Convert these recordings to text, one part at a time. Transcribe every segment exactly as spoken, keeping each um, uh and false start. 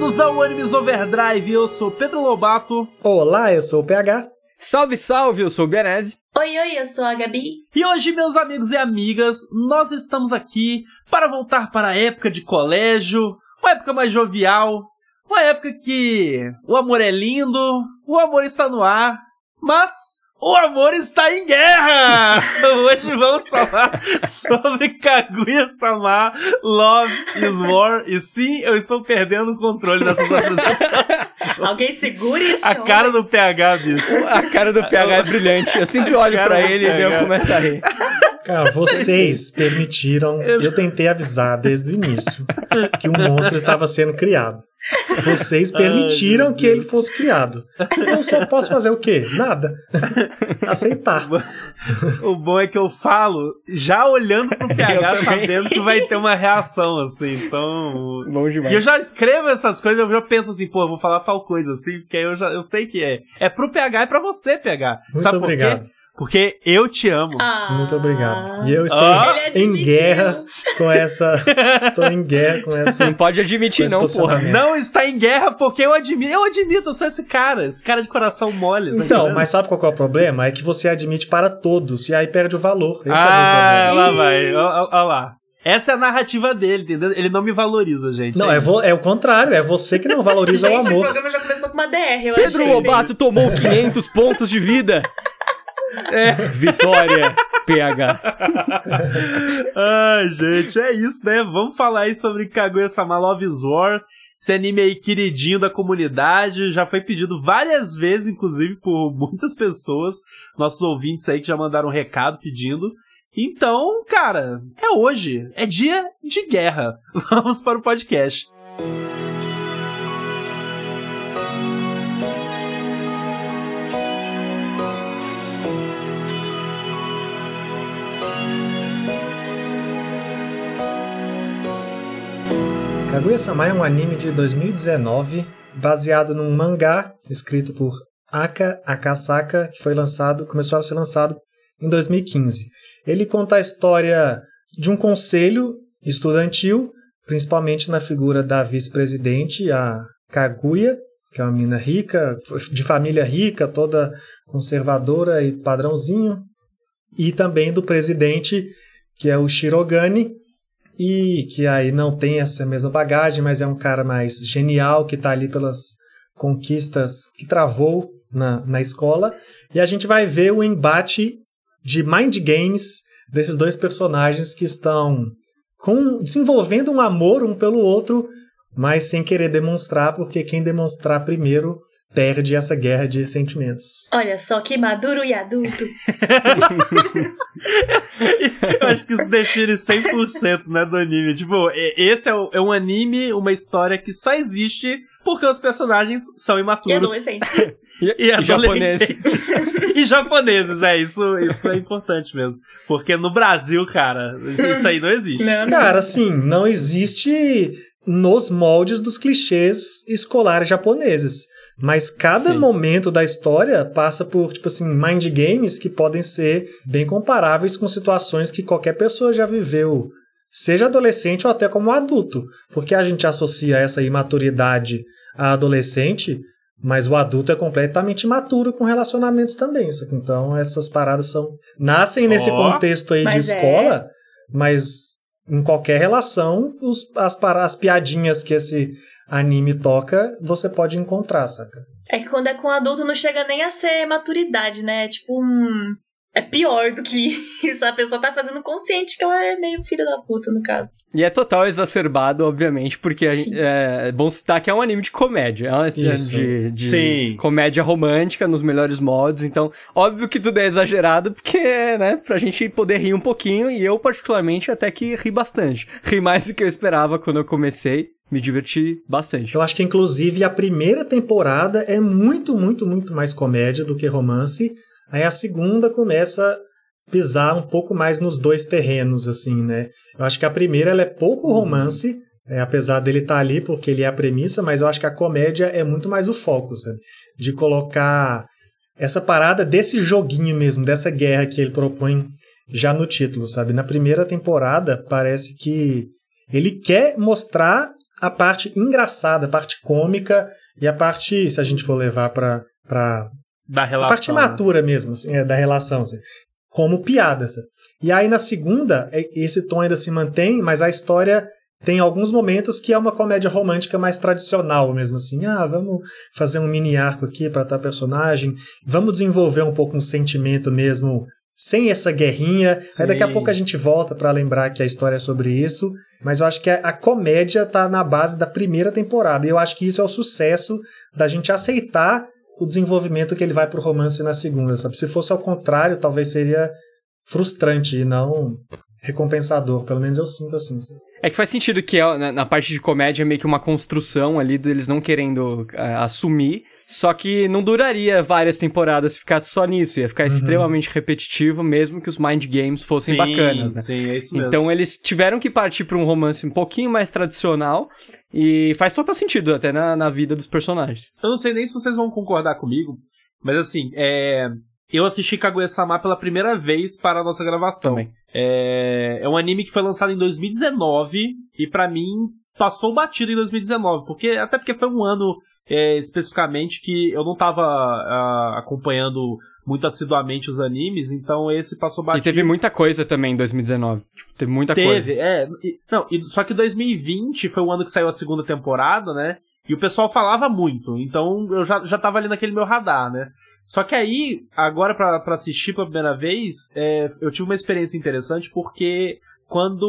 Bem-vindos ao Animes Overdrive, eu sou Pedro Lobato. Olá, eu sou o P H. Salve, salve, eu sou o Bianese. Oi, oi, eu sou a Gabi. E hoje, meus amigos e amigas, nós estamos aqui para voltar para a época de colégio, uma época mais jovial, uma época que o amor é lindo, o amor está no ar, mas o amor está em guerra! Hoje vamos falar sobre Kaguya-sama, Love is War. E sim, eu estou perdendo o controle dessas apresentações. Alguém segure isso. A cara do P H, bicho. A cara do P H é brilhante. Eu sempre olho pra ele e eu começo a rir. Cara, vocês permitiram, eu tentei avisar desde o início que o monstro estava sendo criado. Vocês permitiram Ai, que ele fosse criado. Eu só posso fazer o quê? Nada. Aceitar. O bom é que eu falo já olhando pro P H, sabendo que vai ter uma reação, assim, então... Bom demais. E eu já escrevo essas coisas, eu já penso assim, pô, eu vou falar tal coisa, assim, porque aí eu, já, eu sei que é. É pro P H e pra você, P H. Muito Sabe obrigado. Por quê? Porque eu te amo. Ah, Muito obrigado. E eu estou ah, em guerra com essa... Estou em guerra com essa... Não pode admitir não, porra. Não está em guerra porque eu admito. Eu admito, eu sou esse cara. Esse cara de coração mole. Tá então, entendendo? mas sabe qual que é o problema? É que você admite para todos e aí perde o valor. Esse ah, é o lá vai. Olha lá. Essa é a narrativa dele, entendeu? Ele não me valoriza, gente. Não, é, é, vo- é o contrário. É você que não valoriza gente, o amor. O programa já começou com uma D R, eu Pedro achei. Lobato tomou quinhentos pontos de vida. É, vitória, P H. Ai, gente, é isso, né? Vamos falar aí sobre Kaguya-sama Love is War, esse anime aí queridinho da comunidade, já foi pedido várias vezes, inclusive, por muitas pessoas, nossos ouvintes aí que já mandaram um recado pedindo. Então, cara, é hoje, é dia de guerra. Vamos para o podcast. Kaguya-sama é um anime de dois mil e dezenove, baseado num mangá escrito por Aka Akasaka, que foi lançado, começou a ser lançado em dois mil e quinze. Ele conta a história de um conselho estudantil, principalmente na figura da vice-presidente, a Kaguya, que é uma menina rica, de família rica, toda conservadora e padrãozinho, e também do presidente, que é o Shirogane, e que aí não tem essa mesma bagagem, mas é um cara mais genial, que está ali pelas conquistas que travou na, na escola. E a gente vai ver o embate de mind games desses dois personagens que estão com, desenvolvendo um amor um pelo outro, mas sem querer demonstrar, porque quem demonstrar primeiro perde essa guerra de sentimentos. Olha só que maduro e adulto. Eu acho que isso define cem por cento, né, do anime. Tipo, esse é, o, é um anime, uma história que só existe porque os personagens são imaturos. E adolescentes. E, e, e japoneses. E japoneses, é, isso, isso é importante mesmo. Porque no Brasil, cara, isso aí não existe. Não, não. Cara, assim, não existe nos moldes dos clichês escolares japoneses. Mas cada Sim. momento da história passa por, tipo assim, mind games que podem ser bem comparáveis com situações que qualquer pessoa já viveu, seja adolescente ou até como adulto. Porque a gente associa essa imaturidade a adolescente, mas o adulto é completamente imaturo com relacionamentos também. Então essas paradas são nascem nesse oh, contexto aí de escola, é... mas em qualquer relação, os, as, as piadinhas que esse anime toca, você pode encontrar, saca? É que quando é com adulto não chega nem a ser maturidade, né? É tipo um... É pior do que isso. A pessoa tá fazendo consciente que ela é meio filha da puta, no caso. E é total exacerbado, obviamente, porque é, é bom citar que é um anime de comédia. É um de, de Sim. comédia romântica nos melhores modos. Então, óbvio que tudo é exagerado, porque, né, pra gente poder rir um pouquinho. E eu, particularmente, até que ri bastante. Ri mais do que eu esperava quando eu comecei. Me diverti bastante. Eu acho que, inclusive, a primeira temporada é muito, muito, muito mais comédia do que romance. Aí a segunda começa a pisar um pouco mais nos dois terrenos, assim, né? Eu acho que a primeira ela é pouco romance, é, apesar dele estar ali porque ele é a premissa, mas eu acho que a comédia é muito mais o foco, sabe? De colocar essa parada desse joguinho mesmo, dessa guerra que ele propõe já no título, sabe? Na primeira temporada parece que ele quer mostrar a parte engraçada, a parte cômica e a parte, se a gente for levar pra, pra Da relação. a parte matura, né? Mesmo, assim, é, da relação, assim, como piada. Assim. E aí na segunda, esse tom ainda se mantém, mas a história tem alguns momentos que é uma comédia romântica mais tradicional mesmo, assim, ah, vamos fazer um mini arco aqui para tal personagem, vamos desenvolver um pouco um sentimento mesmo, sem essa guerrinha. Sim. Aí daqui a pouco a gente volta para lembrar que a história é sobre isso, mas eu acho que a, a comédia tá na base da primeira temporada, e eu acho que isso é o sucesso da gente aceitar o desenvolvimento que ele vai pro romance na segunda, sabe? Se fosse ao contrário, talvez seria frustrante e não recompensador, pelo menos eu sinto assim. Sabe? É que faz sentido que na, na parte de comédia é meio que uma construção ali deles não querendo uh, assumir, só que não duraria várias temporadas se ficasse só nisso, ia ficar uhum. extremamente repetitivo, mesmo que os mind games fossem sim, bacanas, né? Sim, é isso mesmo. Então eles tiveram que partir para um romance um pouquinho mais tradicional e faz total sentido até na, na vida dos personagens. Eu não sei nem se vocês vão concordar comigo, mas assim, é... eu assisti Kaguya-sama pela primeira vez para a nossa gravação. Também. É... é um anime que foi lançado em dois mil e dezenove e pra mim passou batido em dois mil e dezenove, porque, até porque foi um ano é, especificamente que eu não tava a, acompanhando muito assiduamente os animes, então esse passou batido. E teve muita coisa também em dois mil e dezenove. Tipo, teve muita teve, coisa. Teve, é. E, não, e, só que dois mil e vinte foi o ano que saiu a segunda temporada, né? E o pessoal falava muito, então eu já, já tava ali naquele meu radar, né? Só que aí, agora pra, pra assistir pela primeira vez, é, eu tive uma experiência interessante porque quando,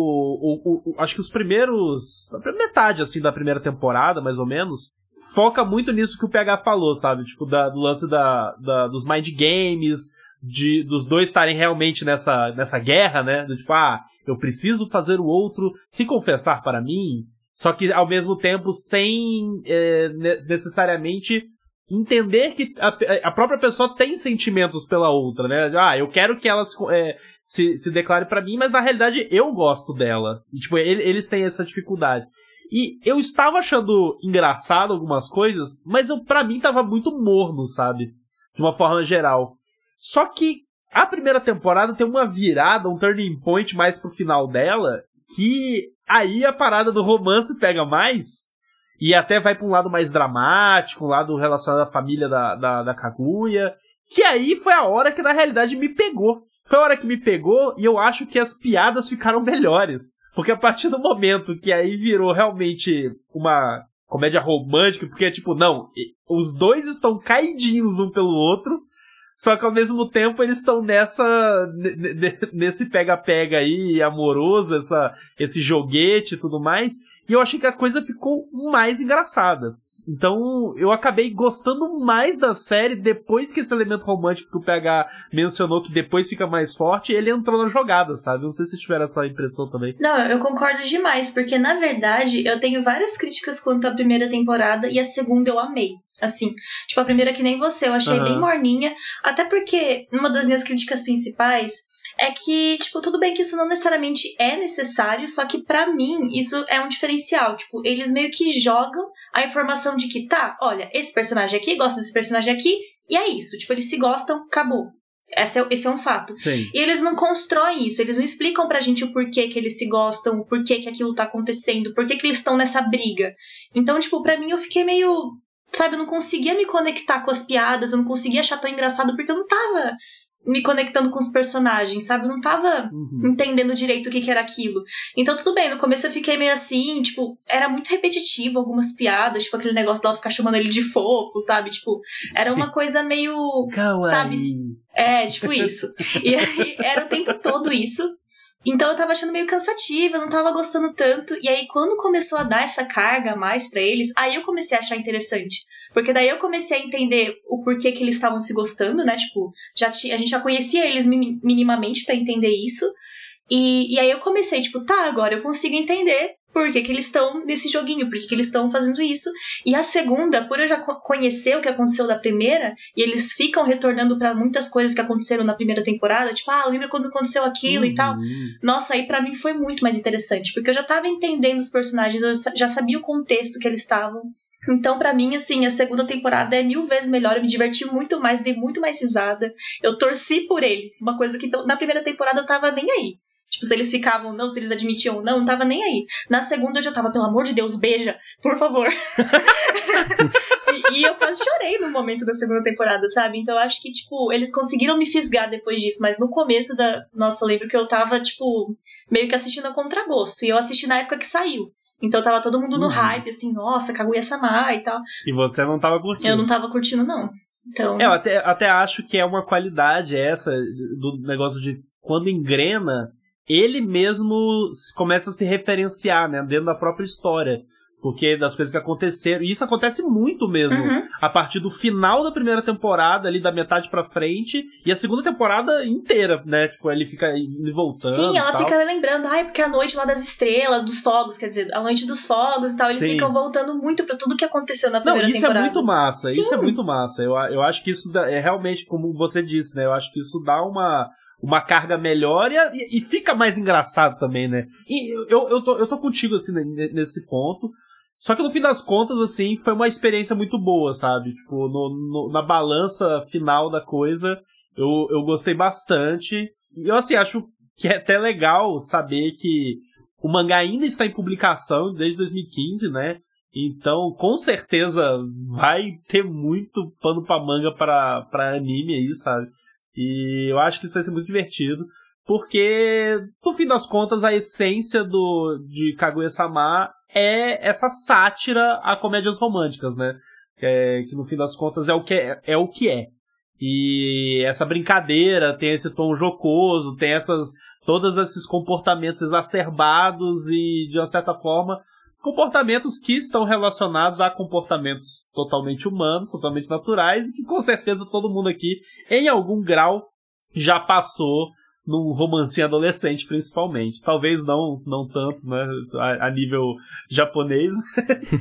o, o, o, acho que os primeiros, a metade assim da primeira temporada, mais ou menos, foca muito nisso que o P H falou, sabe? Tipo, da, do lance da, da, dos mind games, de, dos dois estarem realmente nessa, nessa guerra, né? Do tipo, ah, eu preciso fazer o outro se confessar para mim, só que ao mesmo tempo sem é, necessariamente entender que a, a própria pessoa tem sentimentos pela outra, né? Ah, eu quero que ela se, é, se, se declare pra mim, mas na realidade eu gosto dela. E, tipo, ele, eles têm essa dificuldade. E eu estava achando engraçado algumas coisas, mas eu, pra mim tava muito morno, sabe? De uma forma geral. Só que a primeira temporada tem uma virada, um turning point mais pro final dela, que aí a parada do romance pega mais. E até vai pra um lado mais dramático, um lado relacionado à família da, da, da Kaguya. Que aí foi a hora que na realidade me pegou. Foi a hora que me pegou e eu acho que as piadas ficaram melhores. Porque a partir do momento que aí virou realmente uma comédia romântica, porque é tipo, não, os dois estão caidinhos um pelo outro, só que ao mesmo tempo eles estão nessa, nesse pega-pega aí, amoroso, essa, esse joguete e tudo mais. E eu achei que a coisa ficou mais engraçada. Então, eu acabei gostando mais da série depois que esse elemento romântico que o P H mencionou, que depois fica mais forte, ele entrou na jogada, sabe? Não sei se tiveram essa impressão também. Não, eu concordo demais, porque na verdade eu tenho várias críticas quanto à primeira temporada e a segunda eu amei. Assim, tipo, a primeira que nem você, eu achei uhum. bem morninha, até porque uma das minhas críticas principais é que, tipo, tudo bem que isso não necessariamente é necessário, só que pra mim isso é um diferencial. Tipo, eles meio que jogam a informação de que, tá, olha, esse personagem aqui gosta desse personagem aqui, e é isso. Tipo, eles se gostam, acabou. Esse é, esse é um fato. Sim. E eles não constroem isso, eles não explicam pra gente o porquê que eles se gostam, o porquê que aquilo tá acontecendo, o porquê que eles estão nessa briga. Então, tipo, pra mim eu fiquei meio... Sabe, eu não conseguia me conectar com as piadas, eu não conseguia achar tão engraçado, porque eu não tava me conectando com os personagens, sabe? Eu não tava uhum. entendendo direito o que que era aquilo. Então, tudo bem, no começo eu fiquei meio assim, tipo, era muito repetitivo algumas piadas, tipo, aquele negócio dela ficar chamando ele de fofo, sabe? Tipo, era uma coisa meio... Kawaii. Sabe? É, tipo isso. E aí, era o tempo todo isso. Então eu tava achando meio cansativo, eu não tava gostando tanto. E aí quando começou a dar essa carga a mais pra eles, aí eu comecei a achar interessante. Porque daí eu comecei a entender o porquê que eles estavam se gostando, né? Tipo, já tinha, a gente já conhecia eles minimamente pra entender isso. E, e aí eu comecei, tipo, tá, agora eu consigo entender por que que eles estão nesse joguinho, por que que eles estão fazendo isso. E a segunda, por eu já conhecer o que aconteceu da primeira, e eles ficam retornando pra muitas coisas que aconteceram na primeira temporada, tipo, ah, lembra quando aconteceu aquilo uhum. e tal? Nossa, aí pra mim foi muito mais interessante, porque eu já tava entendendo os personagens, eu já sabia o contexto que eles estavam. Então, pra mim, assim, a segunda temporada é mil vezes melhor, eu me diverti muito mais, dei muito mais risada, eu torci por eles, uma coisa que na primeira temporada eu tava nem aí. Tipo, se eles ficavam ou não, se eles admitiam ou não, não tava nem aí. Na segunda eu já tava, pelo amor de Deus, beija, por favor. e, e eu quase chorei no momento da segunda temporada, sabe? Então eu acho que, tipo, eles conseguiram me fisgar depois disso, mas no começo da... Nossa, eu lembro que eu tava, tipo, meio que assistindo a contragosto. E eu assisti na época que saiu. Então tava todo mundo no uhum. hype, assim, nossa, Kaguya-sama e tal. E você não tava curtindo. Eu não tava curtindo, não. Então... É, eu até, até acho que é uma qualidade essa do negócio de quando engrena, ele mesmo começa a se referenciar, né, dentro da própria história. Porque das coisas que aconteceram. E isso acontece muito mesmo. Uhum. A partir do final da primeira temporada, ali da metade pra frente. E a segunda temporada inteira, né? Tipo, ele fica indo e voltando. Sim, ela e tal. fica lembrando. Ai, porque a noite lá das estrelas, dos fogos, quer dizer, a noite dos fogos e tal. Eles Sim. ficam voltando muito pra tudo que aconteceu na primeira Não, isso temporada. é muito massa. Sim. Isso é muito massa. Eu, eu acho que isso dá, é realmente, como você disse, né? Eu acho que isso dá uma... uma carga melhor e, e fica mais engraçado também, né? E eu, eu, tô, eu tô contigo, assim, nesse ponto. Só que no fim das contas, assim, foi uma experiência muito boa, sabe? Tipo, no, no, na balança final da coisa, eu, eu gostei bastante. E eu, assim, acho que é até legal saber que o mangá ainda está em publicação desde dois mil e quinze, né? Então, com certeza, vai ter muito pano pra manga pra, pra anime aí, sabe? E eu acho que isso vai ser muito divertido, porque, no fim das contas, a essência do, de Kaguya-sama é essa sátira a comédias românticas, né? É, que, no fim das contas, é o que é, é o que é. E essa brincadeira tem esse tom jocoso, tem essas, todos esses comportamentos exacerbados e, de uma certa forma, comportamentos que estão relacionados a comportamentos totalmente humanos, totalmente naturais, e que com certeza todo mundo aqui, em algum grau, já passou num romancinho adolescente, principalmente. Talvez não, não tanto, né, a, a nível japonês, mas...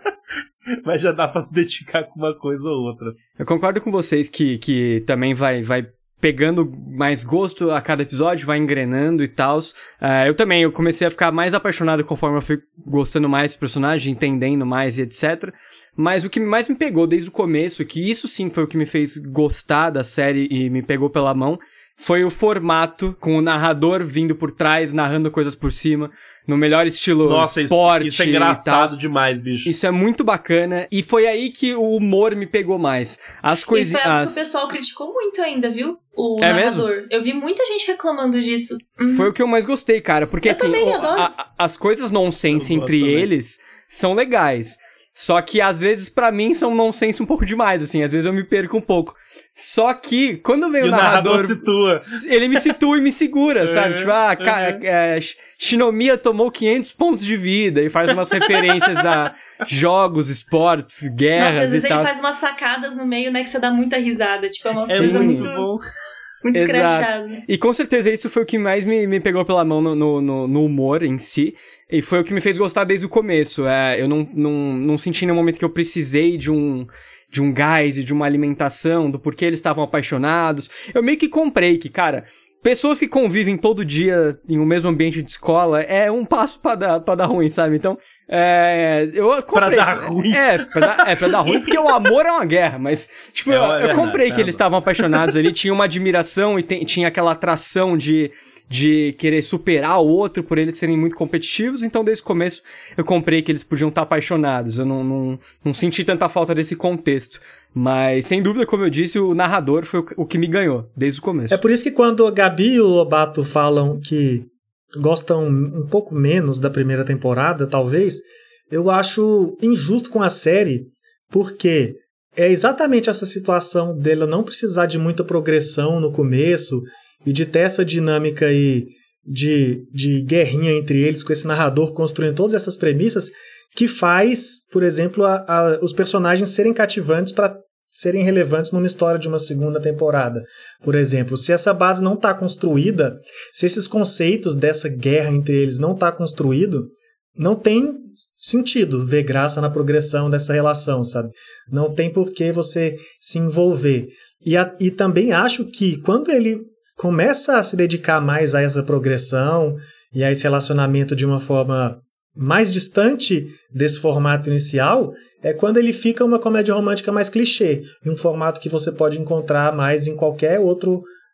mas já dá pra se identificar com uma coisa ou outra. Eu concordo com vocês que, que também vai... vai... pegando mais gosto a cada episódio, vai engrenando e tal. Uh, eu também, eu comecei a ficar mais apaixonado conforme eu fui gostando mais do personagem, entendendo mais e etcétera. Mas o que mais me pegou desde o começo, que isso sim foi o que me fez gostar da série e me pegou pela mão, foi o formato, com o narrador vindo por trás, narrando coisas por cima, no melhor estilo Nossa, esporte. Isso, isso é engraçado demais, bicho. Isso é muito bacana, e foi aí que o humor me pegou mais. As coisas. Isso foi algo as... que o pessoal criticou muito ainda, viu? O é narrador. Mesmo? Eu vi muita gente reclamando disso. Uhum. Foi o que eu mais gostei, cara, porque eu assim, também, o, adoro. A, as coisas nonsense entre também. eles são legais. Só que, às vezes, pra mim, são nonsense um pouco demais, assim. Às vezes eu me perco um pouco. Só que, quando vem e o narrador... narrador situa. Ele me situa e me segura, sabe? Tipo, ah, uhum. ca- é, Shinomiya tomou quinhentos pontos de vida e faz umas referências a jogos, esportes, guerras Nossa, às vezes e ele tal. faz umas sacadas no meio, né, que você dá muita risada. Tipo, é uma Sim. coisa muito... muito bom. Muito escrachado. Exato. E com certeza isso foi o que mais me, me pegou pela mão no, no, no, no humor em si. E foi o que me fez gostar desde o começo. É, eu não, não, não senti no momento que eu precisei de um, de um gás e de uma alimentação, do porquê eles estavam apaixonados. Eu meio que comprei que, cara... Pessoas que convivem todo dia em um mesmo ambiente de escola é um passo pra dar, pra dar ruim, sabe? Então, é... Eu comprei... Pra dar ruim. É, pra dar, é, pra dar ruim, porque o amor é uma guerra, mas... Tipo, é, eu, é, eu comprei é, que é, eles estavam apaixonados ali, tinha uma admiração e tem, tinha aquela atração de... de querer superar o outro por eles serem muito competitivos, então desde o começo eu comprei que eles podiam estar apaixonados, eu não, não, não senti tanta falta desse contexto, mas sem dúvida, como eu disse, o narrador foi o que me ganhou, desde o começo. É por isso que quando a Gabi e o Lobato falam que gostam um pouco menos da primeira temporada, talvez, eu acho injusto com a série, porque é exatamente essa situação dela não precisar de muita progressão no começo, e de ter essa dinâmica aí de, de guerrinha entre eles, com esse narrador construindo todas essas premissas, que faz, por exemplo, a, a, os personagens serem cativantes para serem relevantes numa história de uma segunda temporada. Por exemplo, se essa base não está construída, se esses conceitos dessa guerra entre eles não está construído, não tem sentido ver graça na progressão dessa relação, sabe? Não tem por que você se envolver. E, a, e também acho que quando ele começa a se dedicar mais a essa progressão e a esse relacionamento de uma forma mais distante desse formato inicial, é quando ele fica uma comédia romântica mais clichê, em um formato que você pode encontrar mais em qualquer outro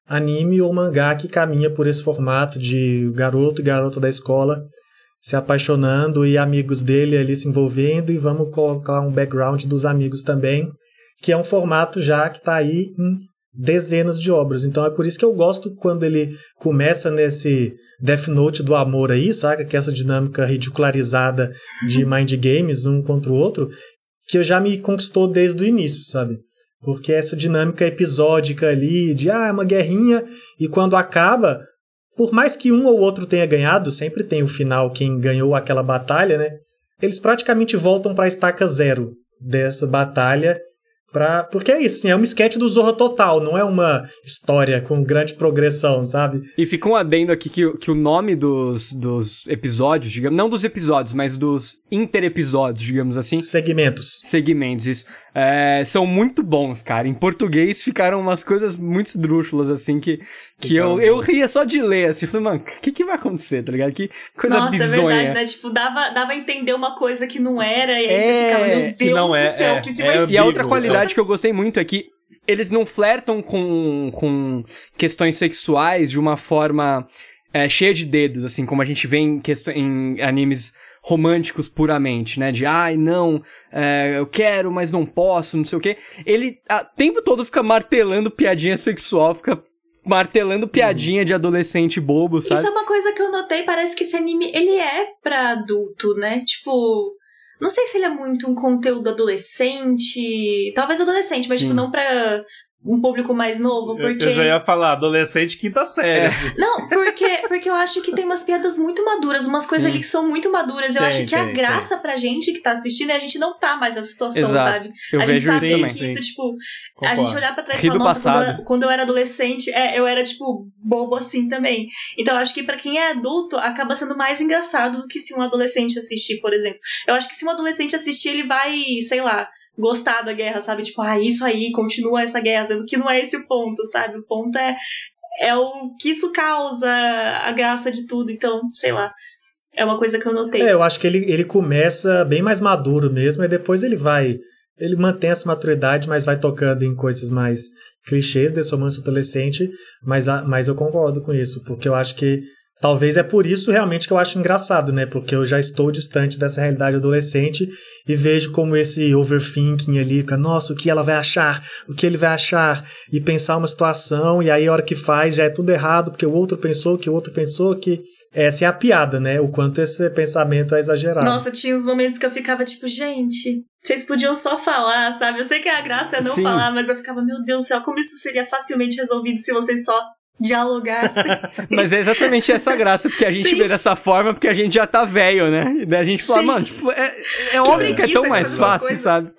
anime ou mangá que caminha por esse formato de garoto e garota da escola se apaixonando e amigos dele ali se envolvendo, e vamos colocar um background dos amigos também, que é um formato já que está aí em dezenas de obras. Então é por isso que eu gosto quando ele começa nesse Death Note do amor aí, saca? Que é essa dinâmica ridicularizada de mind games um contra o outro, que já me conquistou desde o início, sabe? Porque essa dinâmica episódica ali de, ah, é uma guerrinha, e quando acaba, por mais que um ou outro tenha ganhado, sempre tem o final, quem ganhou aquela batalha, né? Eles praticamente voltam para a estaca zero dessa batalha, pra... porque é isso, assim, é um sketch do Zorra total, não é uma história com grande progressão, sabe? E fica um adendo aqui que, que o nome dos, dos episódios, digamos, não dos episódios, mas dos interepisódios, digamos assim. Segmentos. Segmentos, isso. É, são muito bons, cara. Em português ficaram umas coisas muito esdrúxulas, assim, que, que eu, eu ria só de ler, assim. Falei, mano, o que, que vai acontecer, tá ligado? Que coisa Nossa, bizonha. Nossa, é verdade, né? Tipo, dava, dava a entender uma coisa que não era, e aí é, você ficava, meu Deus não do é, céu, o é, que, que é vai ser? ambíguo. E a outra qualidade que eu gostei muito é que eles não flertam com, com questões sexuais de uma forma é, cheia de dedos, assim, como a gente vê em, questão, em animes românticos puramente, né? De, ai, não, é, eu quero, mas não posso, não sei o quê. Ele, o tempo todo, fica martelando piadinha sexual, fica martelando piadinha hum. de adolescente bobo, sabe? Isso é uma coisa que eu notei, parece que esse anime, ele é pra adulto, né? Tipo, não sei se ele é muito um conteúdo adolescente, talvez adolescente, mas, Sim. tipo, não pra um público mais novo, porque... Eu já ia falar, adolescente quinta série. É. Não, porque, porque eu acho que tem umas piadas muito maduras, umas coisas Sim. ali que são muito maduras. Eu tem, acho que tem, a graça tem. pra gente que tá assistindo é a gente não tá mais nessa situação, Exato. sabe? Eu a vejo gente sabe isso que também. isso, tipo, Concordo. a gente olhar pra trás e Rio falar, nossa, quando eu, quando eu era adolescente, é, eu era, tipo, bobo assim também. Então eu acho que pra quem é adulto, acaba sendo mais engraçado do que se um adolescente assistir, por exemplo. Eu acho que se um adolescente assistir, ele vai, sei lá, gostar da guerra, sabe? Tipo, ah, isso aí, continua essa guerra, sendo que não é esse o ponto, sabe? O ponto é, é o que isso causa, a graça de tudo. Então, sei lá, é uma coisa que eu notei. É, eu acho que ele, ele começa bem mais maduro mesmo, e depois ele vai, ele mantém essa maturidade, mas vai tocando em coisas mais clichês desse romance adolescente, mas, mas eu concordo com isso, porque eu acho que talvez é por isso realmente que eu acho engraçado, né? Porque eu já estou distante dessa realidade adolescente e vejo como esse overthinking ali, fica, nossa, o que ela vai achar? O que ele vai achar? E pensar uma situação, e aí a hora que faz já é tudo errado, porque o outro pensou que o outro pensou que... Essa é a piada, né? O quanto esse pensamento é exagerado. Nossa, tinha uns momentos que eu ficava tipo, gente, vocês podiam só falar, sabe? Eu sei que a graça é não Sim. falar, mas eu ficava, meu Deus do céu, como isso seria facilmente resolvido se vocês só... dialogassem. Mas é exatamente essa graça, porque a gente Sim. vê dessa forma, porque a gente já tá velho, né? E daí a gente fala, Sim. mano, tipo, é, é óbvio que é tão mais fácil, coisa. sabe?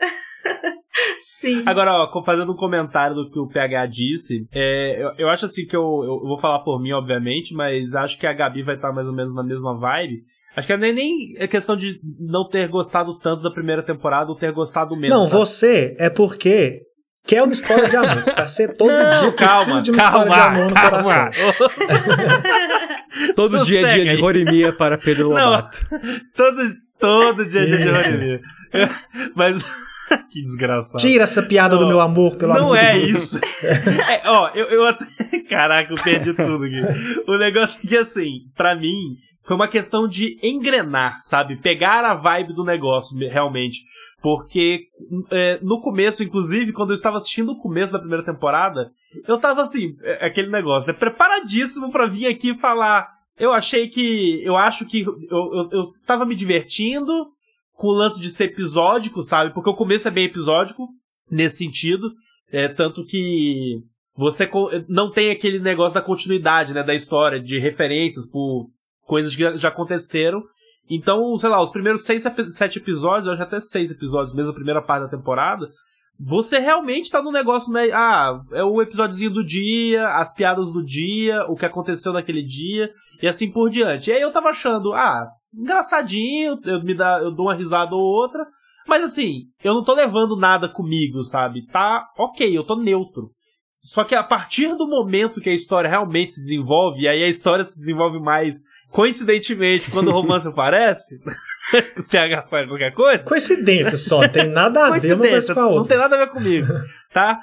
Sim. Agora, ó, fazendo um comentário do que o P H disse, é, eu, eu acho assim que eu, eu vou falar por mim, obviamente, mas acho que a Gabi vai estar mais ou menos na mesma vibe. Acho que nem, nem é questão de não ter gostado tanto da primeira temporada ou ter gostado menos. Não, sabe? Você é porque... quer uma história de amor. Pra ser todo não, dia calma, de uma calma, história de amor no calma. coração. Todo Sossega dia é dia de Rorimia para Pedro Lobato. Não, todo, todo dia é dia de Rorimia. Mas... que desgraçado. Tira essa piada não, do meu amor, pelo não amor é de Deus. Isso. É, ó, eu, eu até... Caraca, eu perdi tudo aqui. O negócio é que, assim, pra mim, foi uma questão de engrenar, sabe? Pegar a vibe do negócio, realmente. Porque é, no começo, inclusive, quando eu estava assistindo o começo da primeira temporada, eu tava assim, é, aquele negócio, né? Preparadíssimo pra vir aqui e falar. Eu achei que... Eu acho que... Eu, eu, eu tava me divertindo com o lance de ser episódico, sabe? Porque o começo é bem episódico, nesse sentido. É, tanto que você não tem aquele negócio da continuidade, né? Da história, de referências por coisas que já aconteceram. Então, sei lá, os primeiros seis, sete episódios, eu acho até seis episódios, mesmo a primeira parte da temporada, você realmente tá no negócio meio... Ah, é o episódiozinho do dia, as piadas do dia, o que aconteceu naquele dia, e assim por diante. E aí eu tava achando, ah, engraçadinho, eu, me dá, eu dou uma risada ou outra, mas assim, eu não tô levando nada comigo, sabe? Tá ok, eu tô neutro. Só que a partir do momento que a história realmente se desenvolve, e aí a história se desenvolve mais... Coincidentemente, quando o romance aparece, o P H faz qualquer coisa... Coincidência só, tem nada a ver uma coisa com a outra. Não tem nada a ver comigo. tá?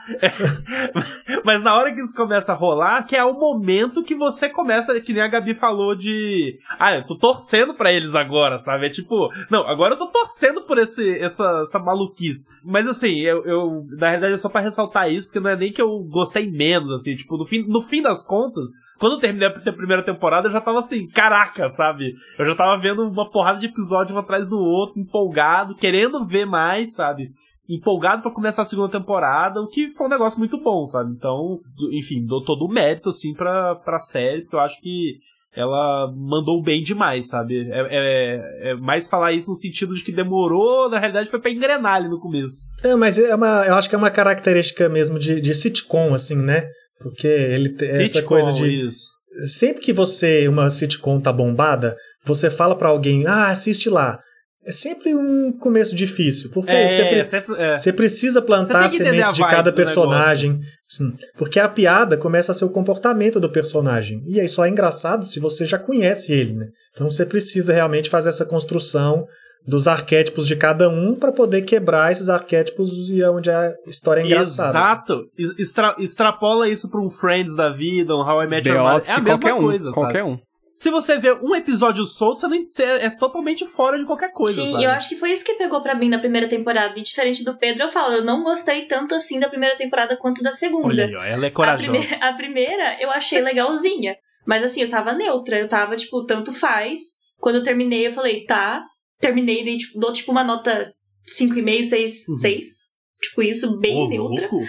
Mas na hora que isso começa a rolar, que é o momento que você começa, que nem a Gabi falou de... Ah, eu tô torcendo pra eles agora, sabe? É tipo... Não, agora eu tô torcendo por esse, essa, essa maluquice. Mas assim, eu, eu... Na realidade é só pra ressaltar isso, porque não é nem que eu gostei menos, assim. Tipo, no fim, no fim das contas, quando eu terminei a primeira temporada, eu já tava assim, caraca, sabe? Eu já tava vendo uma porrada de episódio um atrás do outro, empolgado, querendo ver mais, sabe? Empolgado pra começar a segunda temporada, o que foi um negócio muito bom, sabe? Então, enfim, dou todo o mérito, assim, pra, pra série, porque eu acho que ela mandou bem demais, sabe? É, é, é mais falar isso no sentido de que demorou, na realidade foi pra engrenar ali no começo. É, mas é uma, eu acho que é uma característica mesmo de, de sitcom, assim, né? Porque ele tem essa Sitcom, coisa de... Isso. Sempre que você, uma sitcom tá bombada, você fala pra alguém, ah, assiste lá. É sempre um começo difícil, porque É, você, pre- sempre, é. você precisa plantar Você tem que entender sementes a de vibe cada do personagem. Sim, porque a piada começa a ser o comportamento do personagem. E aí só é engraçado se você já conhece ele, né? Então você precisa realmente fazer essa construção dos arquétipos de cada um para poder quebrar esses arquétipos e é onde a história é engraçada. Exato. Extra, extrapola isso pra um Friends da vida, um How I Met The Your Mother. Office, É a mesma qualquer um, coisa, sabe? qualquer um. Se você vê um episódio solto, você, não, você é totalmente fora de qualquer coisa, Sim, sabe? eu acho que foi isso que pegou pra mim na primeira temporada. E diferente do Pedro, eu falo, eu não gostei tanto assim da primeira temporada quanto da segunda. Olha aí, ó, ela é A corajosa. primeira, a primeira eu achei legalzinha. Mas assim, eu tava neutra. Eu tava, tipo, tanto faz. Quando eu terminei, eu falei, tá. Terminei, dei, tipo, dou tipo uma nota cinco e meio, seis, Uhum. seis. Tipo, isso bem Ô, neutra. louco.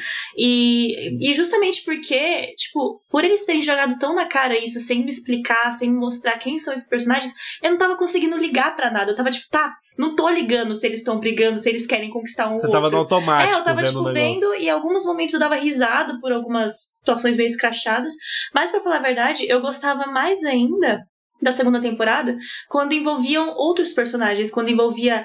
E, e justamente porque, tipo, por eles terem jogado tão na cara isso, sem me explicar, sem me mostrar quem são esses personagens, eu não tava conseguindo ligar pra nada. Eu tava tipo, tá, não tô ligando se eles estão brigando, se eles querem conquistar um Você ou tava outro. no automático. É, eu tava, vendo tipo, o negócio. vendo, e em alguns momentos eu dava risada por algumas situações meio escrachadas. Mas, pra falar a verdade, eu gostava mais ainda da segunda temporada, quando envolviam outros personagens, quando envolvia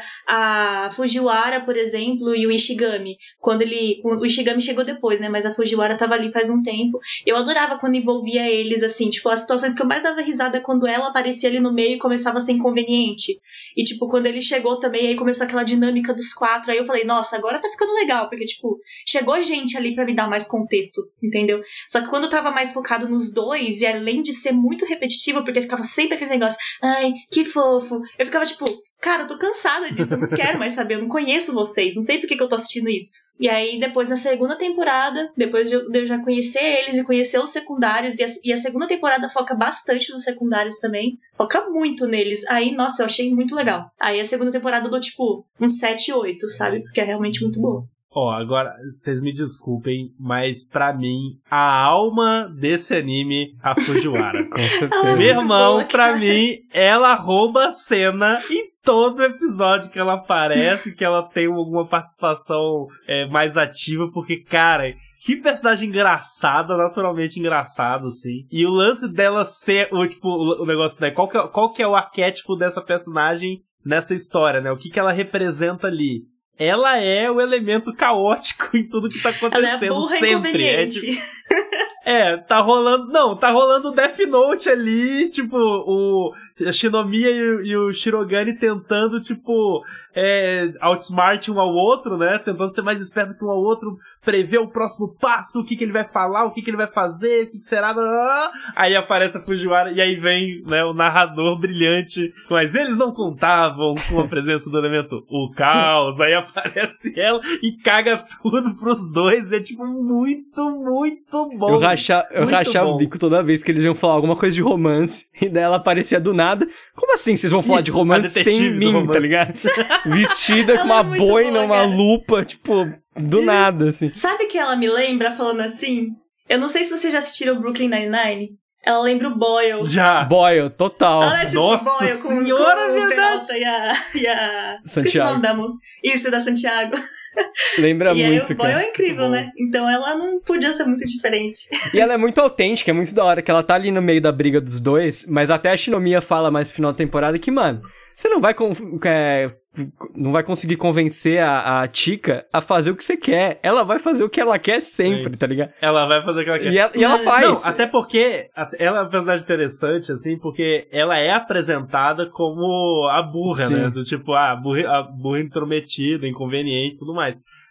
a Fujiwara, por exemplo, e o Ishigami. Quando ele... O Ishigami chegou depois, né? Mas a Fujiwara tava ali faz um tempo. Eu adorava quando envolvia eles, assim, tipo, as situações que eu mais dava risada é quando ela aparecia ali no meio e começava a ser inconveniente. E, tipo, quando ele chegou também, aí começou aquela dinâmica dos quatro, aí eu falei, nossa, agora tá ficando legal, porque, tipo, chegou gente ali pra me dar mais contexto, entendeu? Só que quando eu tava mais focado nos dois, e além de ser muito repetitivo, porque ficava sempre aquele negócio, ai, que fofo. Eu ficava tipo, cara, eu tô cansada disso, eu não quero mais saber, eu não conheço vocês, não sei por que, que eu tô assistindo isso. E aí, depois na segunda temporada, depois de eu, de eu já conhecer eles e conhecer os secundários, e a, e a segunda temporada foca bastante nos secundários também, foca muito neles. Aí, nossa, eu achei muito legal. Aí a segunda temporada eu dou tipo um sete, oito, sabe? Porque é realmente muito boa. Ó, agora, vocês me desculpem, mas pra mim, a alma desse anime, a Fujiwara. Com certeza. Ela é Meu muito irmão, boa, pra cara. mim, ela rouba a cena em todo episódio que ela aparece, que ela tem alguma participação é, mais ativa, porque, cara, que personagem engraçada, naturalmente engraçado, assim. E o lance dela ser, o, tipo, o, o negócio, né, qual que, é, qual que é o arquétipo dessa personagem nessa história, né, o que que ela representa ali? Ela é o elemento caótico em tudo que tá acontecendo. Ela é burra e sempre. inconveniente. É, tipo, é, tá rolando. Não, tá rolando o Death Note ali, tipo, o a Shinomiya e, o- e o Shirogane tentando, tipo, é, outsmart um ao outro, né? Tentando ser mais esperto que um ao outro, prever o próximo passo, o que, que ele vai falar, o que, que ele vai fazer, o que, que será. Blá, blá, blá. Aí aparece a Fujiwara e aí vem, né, o narrador brilhante. Mas eles não contavam com a presença do elemento o caos. Aí aparece ela e caga tudo pros dois. É tipo muito, muito bom. Eu, racha, eu Muito rachava bom. o bico toda vez que eles iam falar alguma coisa de romance. E daí ela aparecia do nada. Como assim vocês vão falar Isso, de romance a detetive sem do mim, romance. tá ligado? Vestida com Ela é uma muito boina, boa, uma cara. lupa, tipo, do Isso. nada, assim. Sabe que ela me lembra falando assim? Eu não sei se vocês já assistiram Brooklyn Nine-Nine. Ela lembra o Boyle. Já. Boyle, total. Ela é tipo Nossa o Boyle com, senhora, com o verdade. Peralta e a, e a... Esqueci o Santiago. nome da música. Isso, da Santiago. Lembra e aí muito, o Boyle cara. é incrível, Bom. né? Então ela não podia ser muito diferente. E ela é muito autêntica, é muito da hora que ela tá ali no meio da briga dos dois, mas até a Shinomiya fala mais no final da temporada que, mano, você não vai, con- é, não vai conseguir convencer a, a Chica a fazer o que você quer. Ela vai fazer o que ela quer sempre, Sim. tá ligado? Ela vai fazer o que ela quer. E ela, e ela faz. Não, até porque a- ela é uma personagem interessante, assim, porque ela é apresentada como a burra, Sim. né? Do tipo, ah, a burra, a burra intrometida, inconveniente e tudo mais.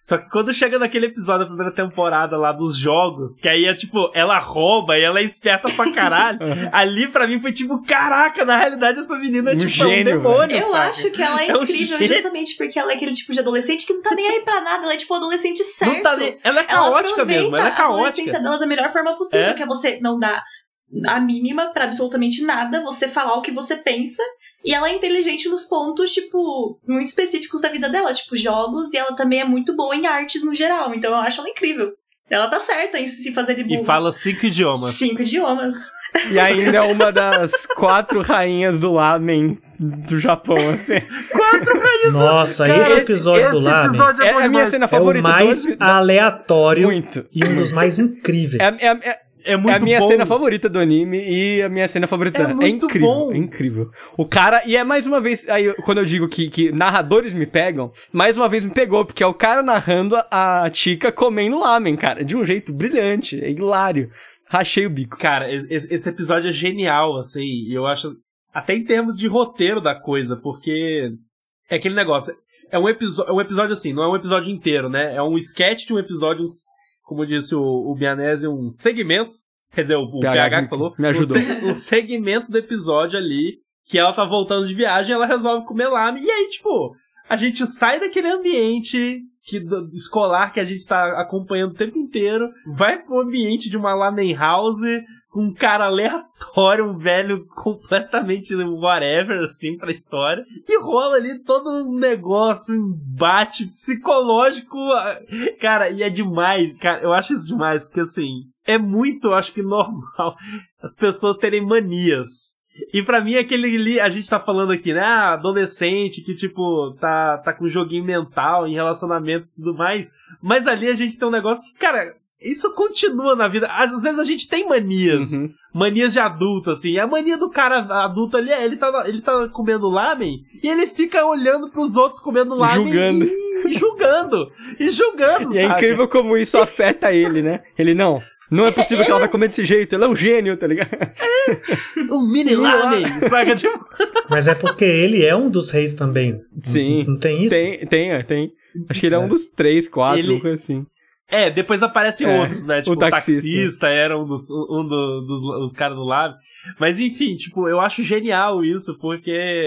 Só que quando chega naquele episódio da primeira temporada lá dos jogos, que aí é tipo, ela rouba e ela é esperta pra caralho, ali pra mim foi tipo, caraca, na realidade essa menina é Um tipo gênio, um demônio, Eu sabe? acho que ela é, É um incrível gênio. justamente porque ela é aquele tipo de adolescente que não tá nem aí pra nada. Ela é tipo um adolescente certo. Não tá nem... Ela é Ela caótica aproveita mesmo, ela é a adolescência caótica. dela da melhor forma possível, É. que é você não dar a mínima pra absolutamente nada, você falar o que você pensa, e ela é inteligente nos pontos, tipo, muito específicos da vida dela, tipo, jogos, e ela também é muito boa em artes no geral, então eu acho ela incrível. Ela tá certa em se fazer de burra. E fala cinco idiomas. Cinco idiomas. E ainda é uma das quatro rainhas do lamen do Japão, assim. Nossa, Cara, esse episódio do esse Lamen episódio É bom a minha demais. cena é o favorita. mais do... aleatório Muito. e um dos mais incríveis. É, é, é, É é muito a minha bom. cena favorita do anime e a minha cena favorita É dela. muito incrível, bom. é incrível. O cara, e é mais uma vez, aí quando eu digo que, que narradores me pegam, mais uma vez me pegou, porque é o cara narrando a, a Chica comendo lamen, cara, de um jeito brilhante, é hilário. Rachei o bico. Cara, esse, esse episódio é genial, assim, e eu acho, até em termos de roteiro da coisa, porque é aquele negócio, é um, episo- é um episódio assim, não é um episódio inteiro, né? É um sketch de um episódio, um, como disse o, o Bianese, um segmento, quer dizer, o, o P H que falou, me ajudou. Um, se- um segmento do episódio ali, que ela tá voltando de viagem, ela resolve comer lamen, e aí, tipo, a gente sai daquele ambiente que, do, escolar que a gente tá acompanhando o tempo inteiro, vai pro ambiente de uma lamen house com um cara aleatório, um velho completamente whatever, assim, pra história, e rola ali todo um negócio, um embate psicológico, cara, e é demais, cara, eu acho isso demais, porque assim, é muito, eu acho que normal as pessoas terem manias. E pra mim, aquele ali, a gente tá falando aqui, né, ah, adolescente que, tipo, tá, tá com joguinho mental em relacionamento e tudo mais, mas ali a gente tem um negócio que, cara, isso continua na vida. Às vezes a gente tem manias, Uhum. manias de adulto, assim, e a mania do cara adulto ali é, ele tá, ele tá comendo lamen e ele fica olhando pros outros comendo lamen Julgando. E, e julgando, e julgando, E é sabe? incrível como isso afeta ele, né? Ele, não, não é possível que ela vai comer desse jeito, ela é um gênio, tá ligado? Um mini lamen, saca? Tipo... Mas é porque ele é um dos reis também. Sim. Não, não tem isso? Tem, tem, é, tem. Acho que ele é um dos três, quatro, Ele- uma coisa assim. É, depois aparecem É, outros, né? Tipo, o o taxista, taxista. era um dos, um do- dos os caras do lab. Mas enfim, tipo, eu acho genial isso, porque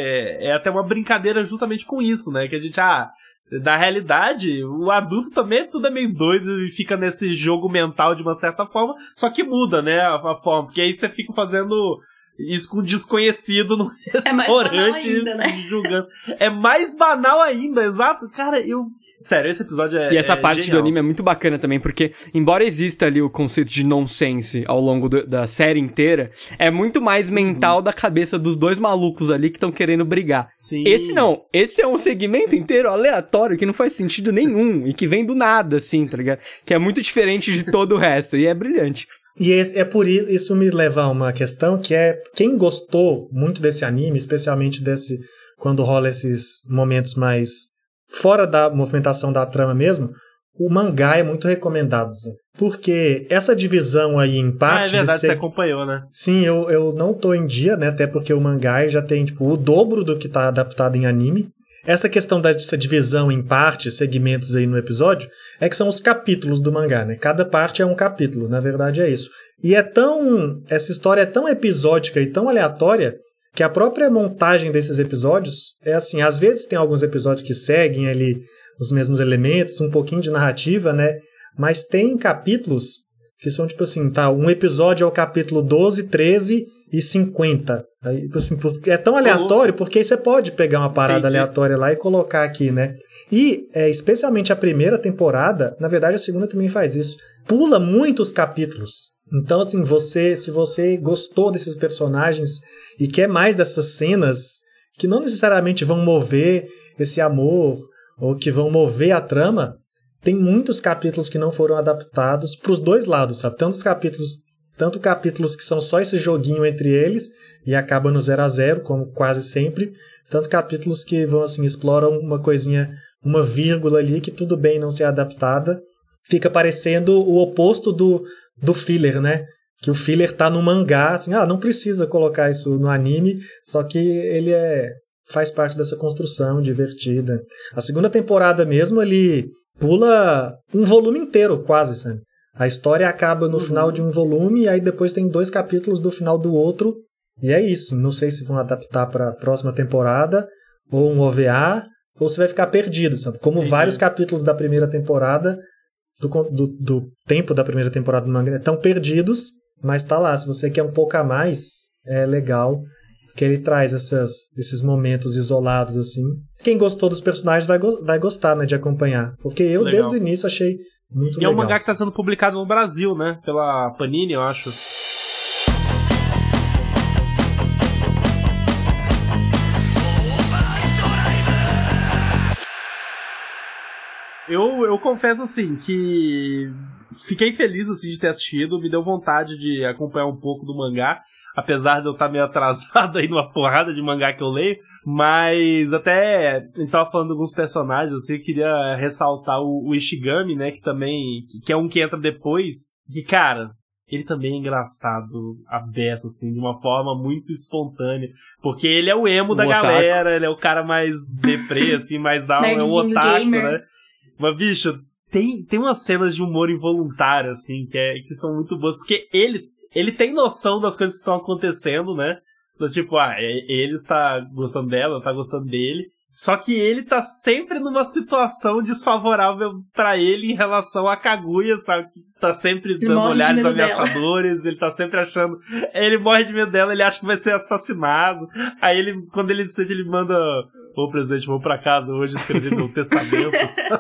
é até uma brincadeira justamente com isso, né? Que a gente, ah, na realidade, o adulto também tudo é meio doido e fica nesse jogo mental de uma certa forma, só que muda, né, a, a forma. Porque aí você fica fazendo isso com um desconhecido no É mais banal restaurante ainda, né? julgando. É mais banal ainda, exato. Cara, eu... Sério, esse episódio é E essa é parte genial. do anime é muito bacana também, porque, embora exista ali o conceito de nonsense ao longo do- da série inteira, é muito mais mental da cabeça dos dois malucos ali que estão querendo brigar. Sim. Esse não, esse é um segmento inteiro aleatório que não faz sentido nenhum e que vem do nada, assim, tá ligado? Que é muito diferente de todo o resto e é brilhante. E esse, é por isso, isso me leva a uma questão que é, quem gostou muito desse anime, especialmente desse, quando rola esses momentos mais fora da movimentação da trama mesmo, o mangá é muito recomendado. Porque essa divisão aí em Ah, é partes... verdade, e você se- acompanhou, né? Sim, eu, eu não tô em dia, né? Até porque o mangá já tem tipo, o dobro do que tá adaptado em anime. Essa questão dessa divisão em partes, segmentos aí no episódio, é que são os capítulos do mangá, né? Cada parte é um capítulo, na verdade é isso. E é tão... essa história é tão episódica e tão aleatória que a própria montagem desses episódios é assim, às vezes tem alguns episódios que seguem ali os mesmos elementos, um pouquinho de narrativa, né? Mas tem capítulos que são tipo assim, tá, um episódio é o capítulo doze, treze e cinquenta. Aí, tipo assim, é tão aleatório porque aí você pode pegar uma parada Entendi. aleatória lá e colocar aqui, né? E é, especialmente a primeira temporada, na verdade a segunda também faz isso, pula muitos capítulos. Então, assim, você, se você gostou desses personagens e quer mais dessas cenas que não necessariamente vão mover esse amor ou que vão mover a trama, tem muitos capítulos que não foram adaptados para os dois lados, sabe? Tanto os capítulos, tanto capítulos que são só esse joguinho entre eles e acaba no zero a zero, como quase sempre, tanto capítulos que vão assim exploram uma coisinha, uma vírgula ali que tudo bem não ser adaptada, fica parecendo o oposto do, do filler, né? Que o filler tá no mangá, assim, ah, não precisa colocar isso no anime, só que ele é faz parte dessa construção divertida. A segunda temporada mesmo, ele pula um volume inteiro, quase, sabe? A história acaba no uhum. final de um volume e aí depois tem dois capítulos do final do outro. E é isso. Não sei se vão adaptar para a próxima temporada ou um O V A ou se vai ficar perdido, sabe? Como Entendi. vários capítulos da primeira temporada, do, do, do tempo da primeira temporada do mangá, estão perdidos, mas tá lá. Se você quer um pouco a mais, é legal, porque ele traz essas, esses momentos isolados, assim. Quem gostou dos personagens vai, go- vai gostar, né, de acompanhar. Porque eu, legal. desde o início, achei muito e legal. E é um mangá que está sendo publicado no Brasil, né? Pela Panini, eu acho. Eu, eu confesso, assim, que fiquei feliz, assim, de ter assistido. Me deu vontade de acompanhar um pouco do mangá, apesar de eu estar meio atrasado aí numa porrada de mangá que eu leio. Mas até a gente tava falando de alguns personagens, assim, eu queria ressaltar o, o Ishigami, né, que também, que é um que entra depois. Que, cara, ele também é engraçado, a beça, assim, de uma forma muito espontânea. Porque ele é o emo o da otaku. galera, ele é o cara mais deprê, assim, mais down, é o otaku, gamer. né? Mas, bicho, tem, tem umas cenas de humor involuntário, assim, que, é, que são muito boas, porque ele, ele tem noção das coisas que estão acontecendo, né? Do tipo, ah, ele está gostando dela, está gostando dele, só que ele tá sempre numa situação desfavorável pra ele em relação a Kaguya, sabe? Tá sempre ele dando olhares de ameaçadores, dela. Ele tá sempre achando... Ele morre de medo dela, ele acha que vai ser assassinado. Aí ele, quando ele sente, ele manda... Ô, presidente, vou pra casa hoje escrever meu testamento, sabe?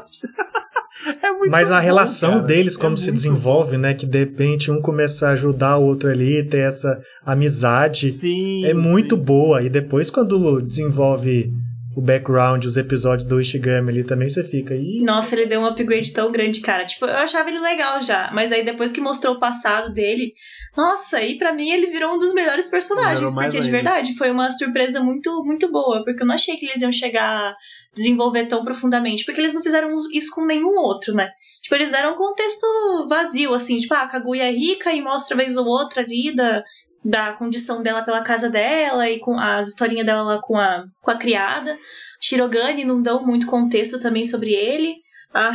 É muito Mas a bom, relação cara. deles, como é se desenvolve, bom. né? Que de repente um começa a ajudar o outro ali, ter essa amizade. Sim, é muito sim. boa. E depois, quando desenvolve o background, os episódios do Ishigami ali, também você fica aí. Nossa, ele deu um upgrade tão grande, cara. Tipo, eu achava ele legal já, mas aí depois que mostrou o passado dele, nossa, e pra mim ele virou um dos melhores personagens, porque de verdade foi uma surpresa muito, muito boa, porque eu não achei que eles iam chegar a desenvolver tão profundamente, porque eles não fizeram isso com nenhum outro, né? Tipo, eles deram um contexto vazio, assim, tipo, ah, a Kaguya é rica e mostra vez ou outra ali da... da condição dela pela casa dela e com as historinhas dela lá com a, com a criada. Shirogane não dão muito contexto também sobre ele. A,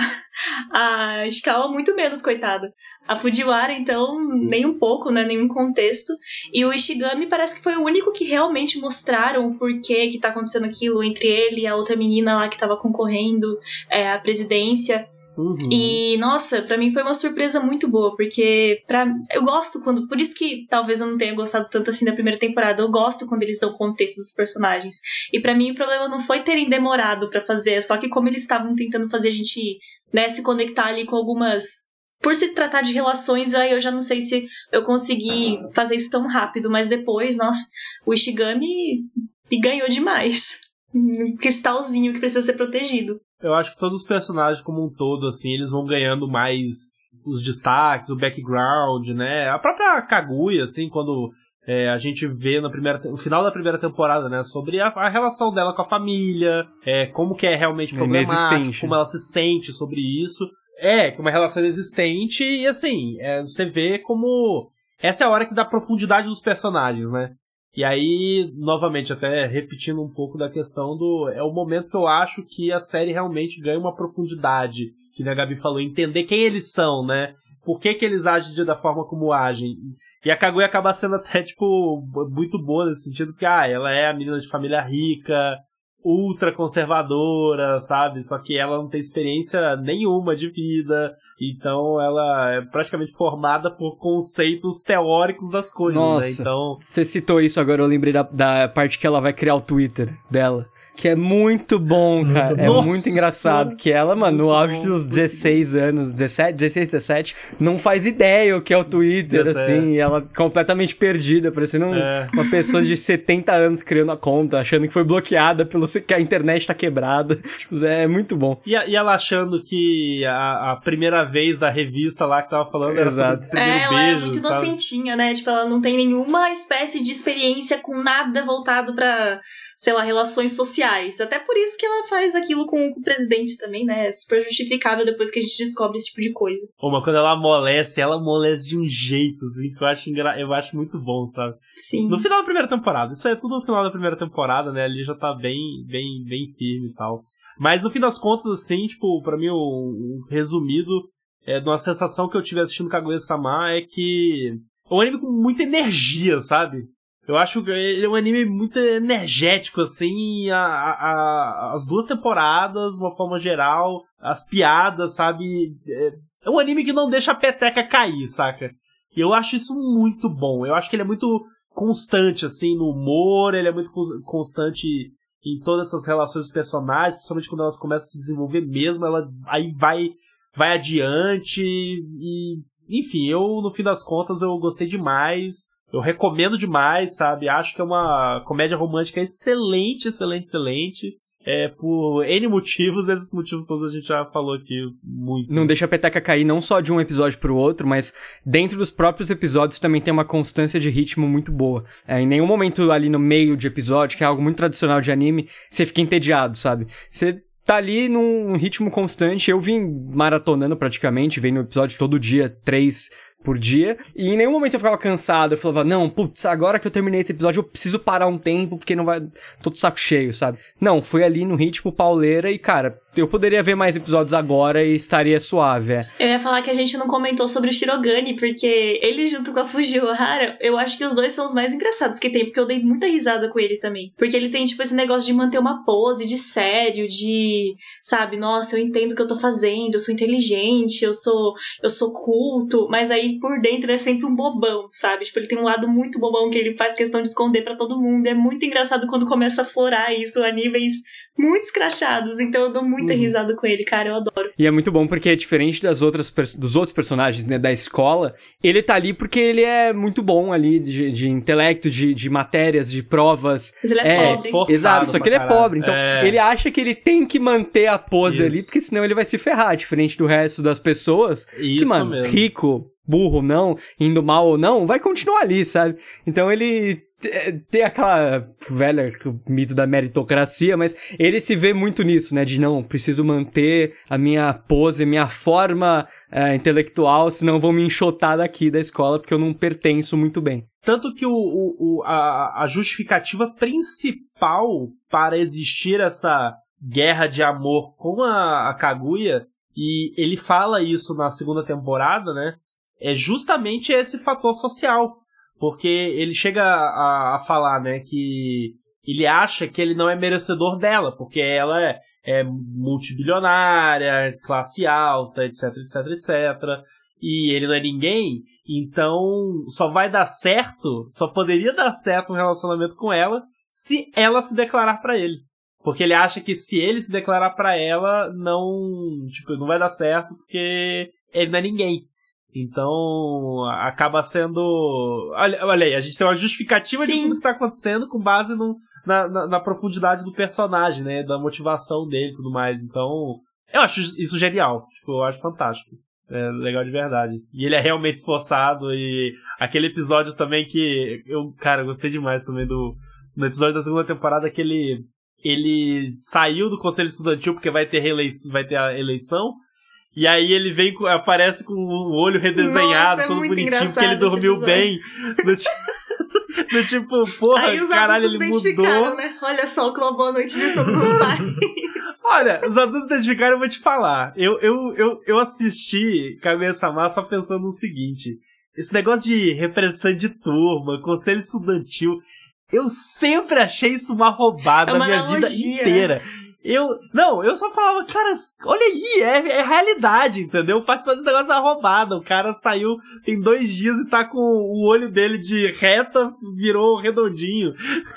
a Ishikawa muito menos, coitada. A Fujiwara, então, nem um pouco, né? Nenhum contexto. E o Ishigami parece que foi o único que realmente mostraram o porquê que tá acontecendo aquilo entre ele e a outra menina lá que tava concorrendo é, à presidência. Uhum. E, nossa, pra mim foi uma surpresa muito boa, porque pra, eu gosto quando... Por isso que talvez eu não tenha gostado tanto assim da primeira temporada. Eu gosto quando eles dão contexto dos personagens. E pra mim o problema não foi terem demorado pra fazer, só que como eles estavam tentando fazer a gente, né, se conectar ali com algumas... Por se tratar de relações, aí eu já não sei se eu consegui fazer isso tão rápido, mas depois, nossa, o Ishigami ganhou demais. Um cristalzinho que precisa ser protegido. Eu acho que todos os personagens como um todo, assim, eles vão ganhando mais os destaques, o background, né? A própria Kaguya, assim, quando é, a gente vê no, primeira, no final da primeira temporada, né? Sobre a, a relação dela com a família, é, como que é realmente problemático, como ela se sente sobre isso. É, que uma relação existente e, assim, é, você vê como... Essa é a hora que dá profundidade dos personagens, né? E aí, novamente, até repetindo um pouco da questão do... É o momento que eu acho que a série realmente ganha uma profundidade, que a Gabi falou, entender quem eles são, né? Por que que eles agem da forma como agem. E a Kaguya acaba sendo até, tipo, muito boa nesse sentido, porque, ah, ela é a menina de família rica... ultra conservadora, sabe? Só que ela não tem experiência nenhuma de vida, então ela é praticamente formada por conceitos teóricos das coisas, Nossa, né? Então, você citou isso agora, eu lembrei da, da parte que ela vai criar o Twitter dela. Que é muito bom, cara. Muito bom. É Nossa, muito engraçado. Que ela, mano, no auge dos dezesseis anos, dezessete, dezesseis, dezessete, não faz ideia o que é o Twitter, dezessete. Assim. E ela completamente perdida, parecendo um, é. uma pessoa de setenta anos criando a conta, achando que foi bloqueada pelo que a internet tá quebrada. Tipo, é muito bom. E, e ela achando que a, a primeira vez da revista lá que tava falando era Exato. sobre o primeiro é, ela beijo. É, muito inocentinha, né? Tipo, ela não tem nenhuma espécie de experiência com nada voltado pra... sei lá, relações sociais. Até por isso que ela faz aquilo com, com o presidente também, né? É super justificável depois que a gente descobre esse tipo de coisa. Pô, mas quando ela amolece, ela amolece de um jeito, assim, que eu acho, engra... eu acho muito bom, sabe? Sim. No final da primeira temporada. Isso é tudo no final da primeira temporada, né? Ali já tá bem, bem, bem firme e tal. Mas no fim das contas, assim, tipo, pra mim, o um, um resumido é, de uma sensação que eu tive assistindo Kaguya-sama é que é um anime com muita energia, sabe? Eu acho que ele é um anime muito energético, assim, a, a, a, as duas temporadas, de uma forma geral, as piadas, sabe? É, é um anime que não deixa a peteca cair, saca? E eu acho isso muito bom. Eu acho que ele é muito constante, assim, no humor, ele é muito constante em todas essas relações dos personagens, principalmente quando elas começam a se desenvolver mesmo, ela aí vai, vai adiante, e, enfim, eu, no fim das contas, eu gostei demais. Eu recomendo demais, sabe? Acho que é uma comédia romântica excelente, excelente, excelente. É, por N motivos, esses motivos todos a gente já falou aqui muito. Não deixa a peteca cair não só de um episódio pro outro, mas dentro dos próprios episódios também tem uma constância de ritmo muito boa. É, em nenhum momento ali no meio de episódio, que é algo muito tradicional de anime, você fica entediado, sabe? Você tá ali num ritmo constante. Eu vim maratonando praticamente, vendo episódio todo dia, três por dia, e em nenhum momento eu ficava cansado, eu falava, não, putz, agora que eu terminei esse episódio eu preciso parar um tempo, porque não vai, tô de saco cheio, sabe? Não, foi ali no ritmo pauleira e, cara, eu poderia ver mais episódios agora e estaria suave, é. Eu ia falar que a gente não comentou sobre o Shirogane, porque ele junto com a Fujiwara, eu acho que os dois são os mais engraçados que tem, porque eu dei muita risada com ele também, porque ele tem, tipo, esse negócio de manter uma pose de sério, de, sabe, nossa, eu entendo o que eu tô fazendo, eu sou inteligente, eu sou, eu sou culto, mas aí por dentro é sempre um bobão, sabe? Tipo, ele tem um lado muito bobão que ele faz questão de esconder pra todo mundo. É muito engraçado quando começa a florar isso a níveis muito escrachados. Então eu dou muita uhum. risada com ele, cara. Eu adoro. E é muito bom porque, diferente das outras, dos outros personagens, né, da escola, ele tá ali porque ele é muito bom ali de, de intelecto, de, de matérias, de provas. Mas ele é, é pobre. Exato, só que ele é pobre. Então, é. ele acha que ele tem que manter a pose isso. ali, porque senão ele vai se ferrar, diferente do resto das pessoas. Isso que, mano, mesmo. rico, burro ou não, indo mal ou não, vai continuar ali, sabe? Então ele tem aquela velha mito da meritocracia, mas ele se vê muito nisso, né? De não, preciso manter a minha pose, minha forma é, intelectual, senão vão me enxotar daqui da escola, porque eu não pertenço muito bem. Tanto que o, o, o, a, a justificativa principal para existir essa guerra de amor com a, a Kaguya, e ele fala isso na segunda temporada, né? É justamente esse fator social. Porque ele chega a, a falar, né, que ele acha que ele não é merecedor dela, porque ela é, é multibilionária, classe alta, etc, etc, etcétera. E ele não é ninguém, então só vai dar certo, só poderia dar certo um relacionamento com ela se ela se declarar pra ele. Porque ele acha que se ele se declarar pra ela, não, tipo, não vai dar certo, porque ele não é ninguém. Então, acaba sendo... Olha, olha aí, a gente tem uma justificativa Sim. de tudo que tá acontecendo com base no, na, na, na profundidade do personagem, né? Da motivação dele e tudo mais. Então, eu acho isso genial. Tipo, eu acho fantástico. É legal de verdade. E ele é realmente esforçado. E aquele episódio também que... Eu, cara, eu gostei demais também do... No episódio da segunda temporada que ele... Ele saiu do conselho estudantil porque vai ter, reeleição, vai ter a eleição. E aí ele vem, aparece com o olho redesenhado, Nossa, todo é bonitinho, porque ele dormiu bem. No, t... no tipo, porra, aí os caralho, ele mudou. Né? Olha só que uma boa noite de sono não faz. Olha, os adultos identificaram, eu vou te falar. Eu, eu, eu, eu assisti Kaguya-sama só pensando no seguinte. Esse negócio de representante de turma, conselho estudantil, eu sempre achei isso uma roubada é uma na minha analogia. vida inteira. Eu, não, eu só falava, cara, olha aí, é, é realidade, entendeu? Participar desse negócio é roubada. O cara saiu tem dois dias e tá com o olho dele de reta, virou redondinho.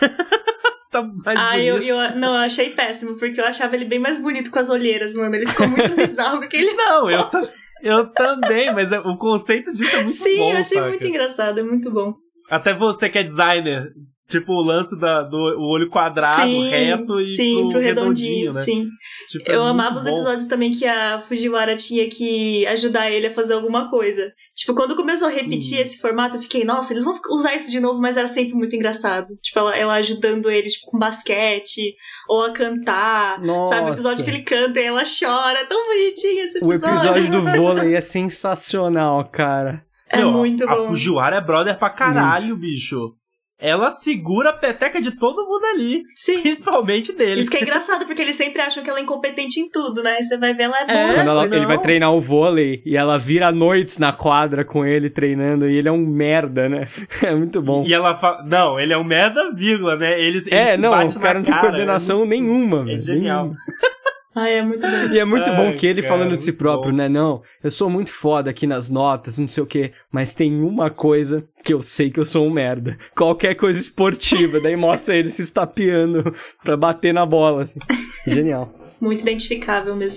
Tá mais ah, bonito. Eu, eu, não, eu achei péssimo, porque eu achava ele bem mais bonito com as olheiras, mano. Ele ficou muito bizarro com aquele... Não, eu, t- eu também, mas o conceito disso é muito Sim, bom, Sim, eu achei saca? muito engraçado, é muito bom. Até você que é designer, Tipo o lance da, do o olho quadrado, sim, reto e sim, pro, pro redondinho, redondinho, né? sim. Tipo, é eu muito amava os bom. episódios também que a Fujiwara tinha que ajudar ele a fazer alguma coisa. Tipo, quando começou a repetir Hum. esse formato, eu fiquei, nossa, eles vão usar isso de novo, mas era sempre muito engraçado. Tipo, ela, ela ajudando ele, tipo, com basquete, ou a cantar, Nossa. sabe? O episódio que ele canta e ela chora, é tão bonitinho esse O episódio. episódio do vôlei é sensacional, cara. É Meu, muito a, bom. A Fujiwara é brother pra caralho, bicho. Ela segura a peteca de todo mundo ali. Sim. Principalmente dele. Isso que é engraçado, porque eles sempre acham que ela é incompetente em tudo, né? Você vai ver, ela é boa É, nas Quando ela- coisas. ele vai treinar o vôlei e ela vira noites na quadra com ele treinando e ele é um merda, né? É muito bom. E ela fala... Não, ele é um merda, vírgula, né? Ele, ele É, se não, bate o cara na não tem cara, coordenação é muito- nenhuma, É velho. genial. nenhuma. Ai, é muito bom. E é muito bom Ai, que ele cara, falando de si muito próprio, bom. né? Não, eu sou muito foda aqui nas notas, não sei o quê, mas tem uma coisa que eu sei que eu sou um merda. Qualquer coisa esportiva, daí mostra ele se estapeando pra bater na bola, assim. Genial. Muito identificável mesmo.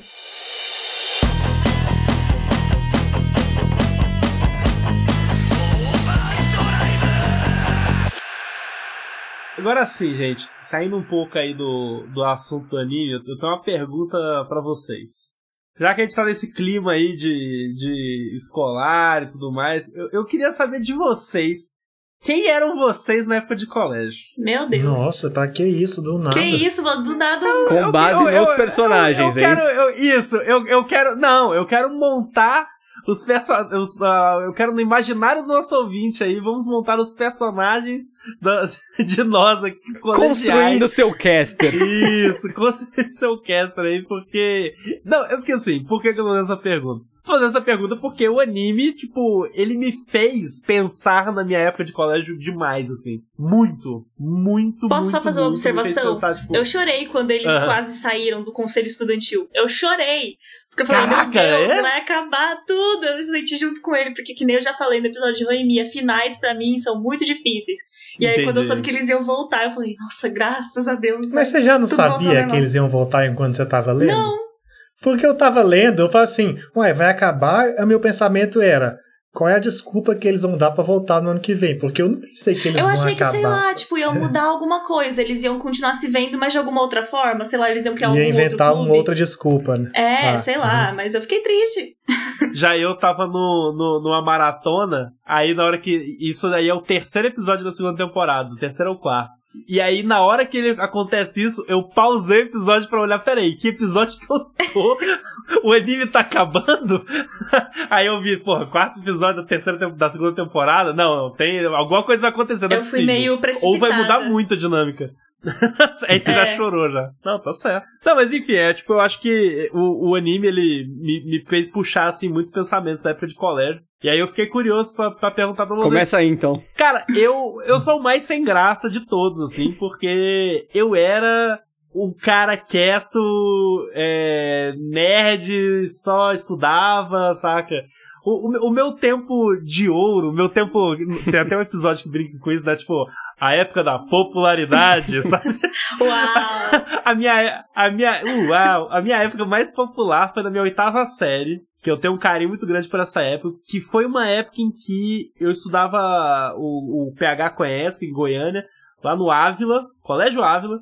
Agora sim, gente, saindo um pouco aí do, do assunto do anime, eu tenho uma pergunta pra vocês. Já que a gente tá nesse clima aí de, de escolar e tudo mais, eu, eu queria saber de vocês, quem eram vocês na época de colégio? Meu Deus. Nossa, pra que isso, do nada? Que isso, mano? Do nada. Com Eu- base eu- eu- nos eu- personagens, eu, eu é quero, isso? eu- isso, eu, eu quero. Não, eu quero montar os personagens. eu quero no imaginário do nosso ouvinte aí, vamos montar os personagens da- de nós aqui, colegiais. Construindo seu caster. Isso, construindo seu caster aí, porque. Não, é porque assim, por que que eu tô fazendo essa pergunta? Tô fazendo essa pergunta porque o anime, tipo, ele me fez pensar na minha época de colégio demais, assim. Muito, muito, Posso muito, só fazer uma muito me fez observação? pensar, tipo, Eu chorei quando eles Aham. quase saíram do conselho estudantil. Eu chorei. Porque eu falei, Caraca, meu Deus, é? vai acabar tudo. Eu me senti junto com ele. Porque, que nem eu já falei no episódio de Roemia, finais pra mim são muito difíceis. E aí, Entendi. quando eu soube que eles iam voltar, eu falei, nossa, graças a Deus. Mas você já não Tudo volta ao sabia que normal. eles iam voltar enquanto você tava lendo? Não. Porque eu tava lendo, eu falo assim, ué, vai acabar? O meu pensamento era, qual é a desculpa que eles vão dar pra voltar no ano que vem? Porque eu não pensei que eles Eu vão achei que, acabar. sei lá, tipo, iam mudar alguma coisa. Eles iam continuar se vendo, mas de alguma outra forma. Sei lá, eles iam criar Ia algum inventar outro uma clube. outra desculpa, né? É, Ah, sei lá, uhum. mas eu fiquei triste. Já eu tava no, no, numa maratona, aí na hora que... Isso daí é o terceiro episódio da segunda temporada, o terceiro ou quarto. E aí, na hora que ele, acontece isso, eu pausei o episódio pra olhar, peraí, que episódio que eu tô? O anime tá acabando? Aí eu vi, porra, quarto episódio da, terceira, tem- da segunda temporada? Não, tem, alguma coisa vai acontecer, não é Eu fui possível. meio precipitada. Ou vai mudar muito a dinâmica. Aí você já É. chorou já. Não, tá certo. Não, mas enfim, é tipo, eu acho que o, o anime, ele me, me fez puxar, assim, muitos pensamentos da época de colégio. E aí eu fiquei curioso pra, pra perguntar pra você. Começa aí, então. Cara, eu, eu sou o mais sem graça de todos, assim, porque eu era o cara quieto, é, nerd, só estudava, saca? O, o, meu- o meu tempo de ouro, o meu tempo... Tem até um episódio que brinca com isso, né? Tipo, a época da popularidade, sabe? Uau! A minha, a minha, uau, a minha época mais popular foi na minha oitava série, que eu tenho um carinho muito grande por essa época, que foi uma época em que eu estudava o, o P H Conhece, em Goiânia, lá no Ávila, Colégio Ávila,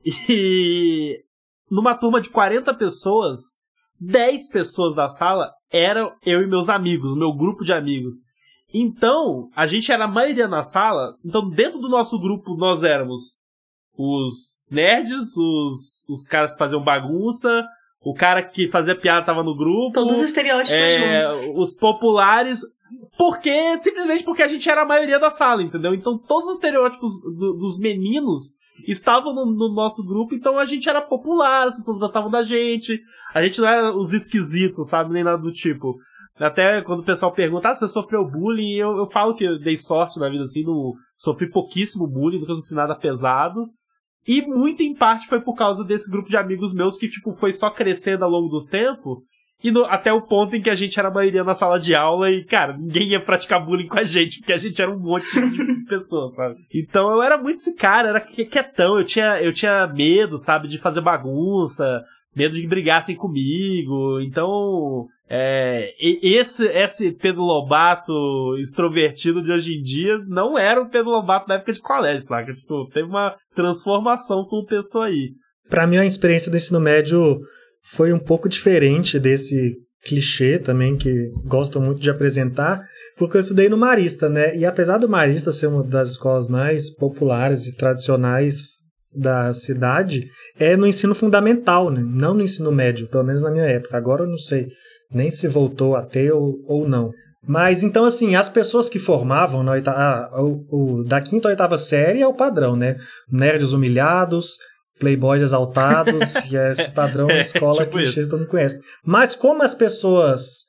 e numa turma de quarenta pessoas, dez pessoas da sala eram eu e meus amigos, o meu grupo de amigos. Então, a gente era a maioria na sala, então dentro do nosso grupo nós éramos os nerds, os, os caras que faziam bagunça, o cara que fazia piada tava no grupo. Todos os estereótipos é, juntos. os populares, porque simplesmente porque a gente era a maioria da sala, entendeu? Então todos os estereótipos do, dos meninos estavam no, no nosso grupo, então a gente era popular, as pessoas gostavam da gente, a gente não era os esquisitos, sabe, nem nada do tipo. Até quando o pessoal pergunta, ah, você sofreu bullying, eu, eu falo que eu dei sorte na vida, assim, não sofri pouquíssimo bullying, nunca sofri nada pesado. E muito em parte foi por causa desse grupo de amigos meus que, tipo, foi só crescendo ao longo dos tempos. E no, até o ponto em que a gente era a maioria na sala de aula e, cara, ninguém ia praticar bullying com a gente, porque a gente era um monte de pessoas, sabe? Então eu era muito esse cara, era quietão, eu tinha, eu tinha medo, sabe, de fazer bagunça. medo de que brigassem comigo. Então, é, esse, esse Pedro Lobato extrovertido de hoje em dia não era o Pedro Lobato da época de colégio, saca? Tipo, teve uma transformação com o pessoal aí. Pra mim, a experiência do ensino médio foi um pouco diferente desse clichê também, que gosto muito de apresentar, porque eu estudei no Marista, né? E apesar do Marista ser uma das escolas mais populares e tradicionais da cidade, é no ensino fundamental, né? Não no ensino médio, pelo menos na minha época. Agora eu não sei nem se voltou a ter ou, ou não. Mas então, assim, as pessoas que formavam na oitava, ah, o, o, da quinta a oitava série é o padrão, né? Nerds humilhados, playboys exaltados, e é esse padrão da escola tipo que vocês todo mundo conhece. Mas como as pessoas...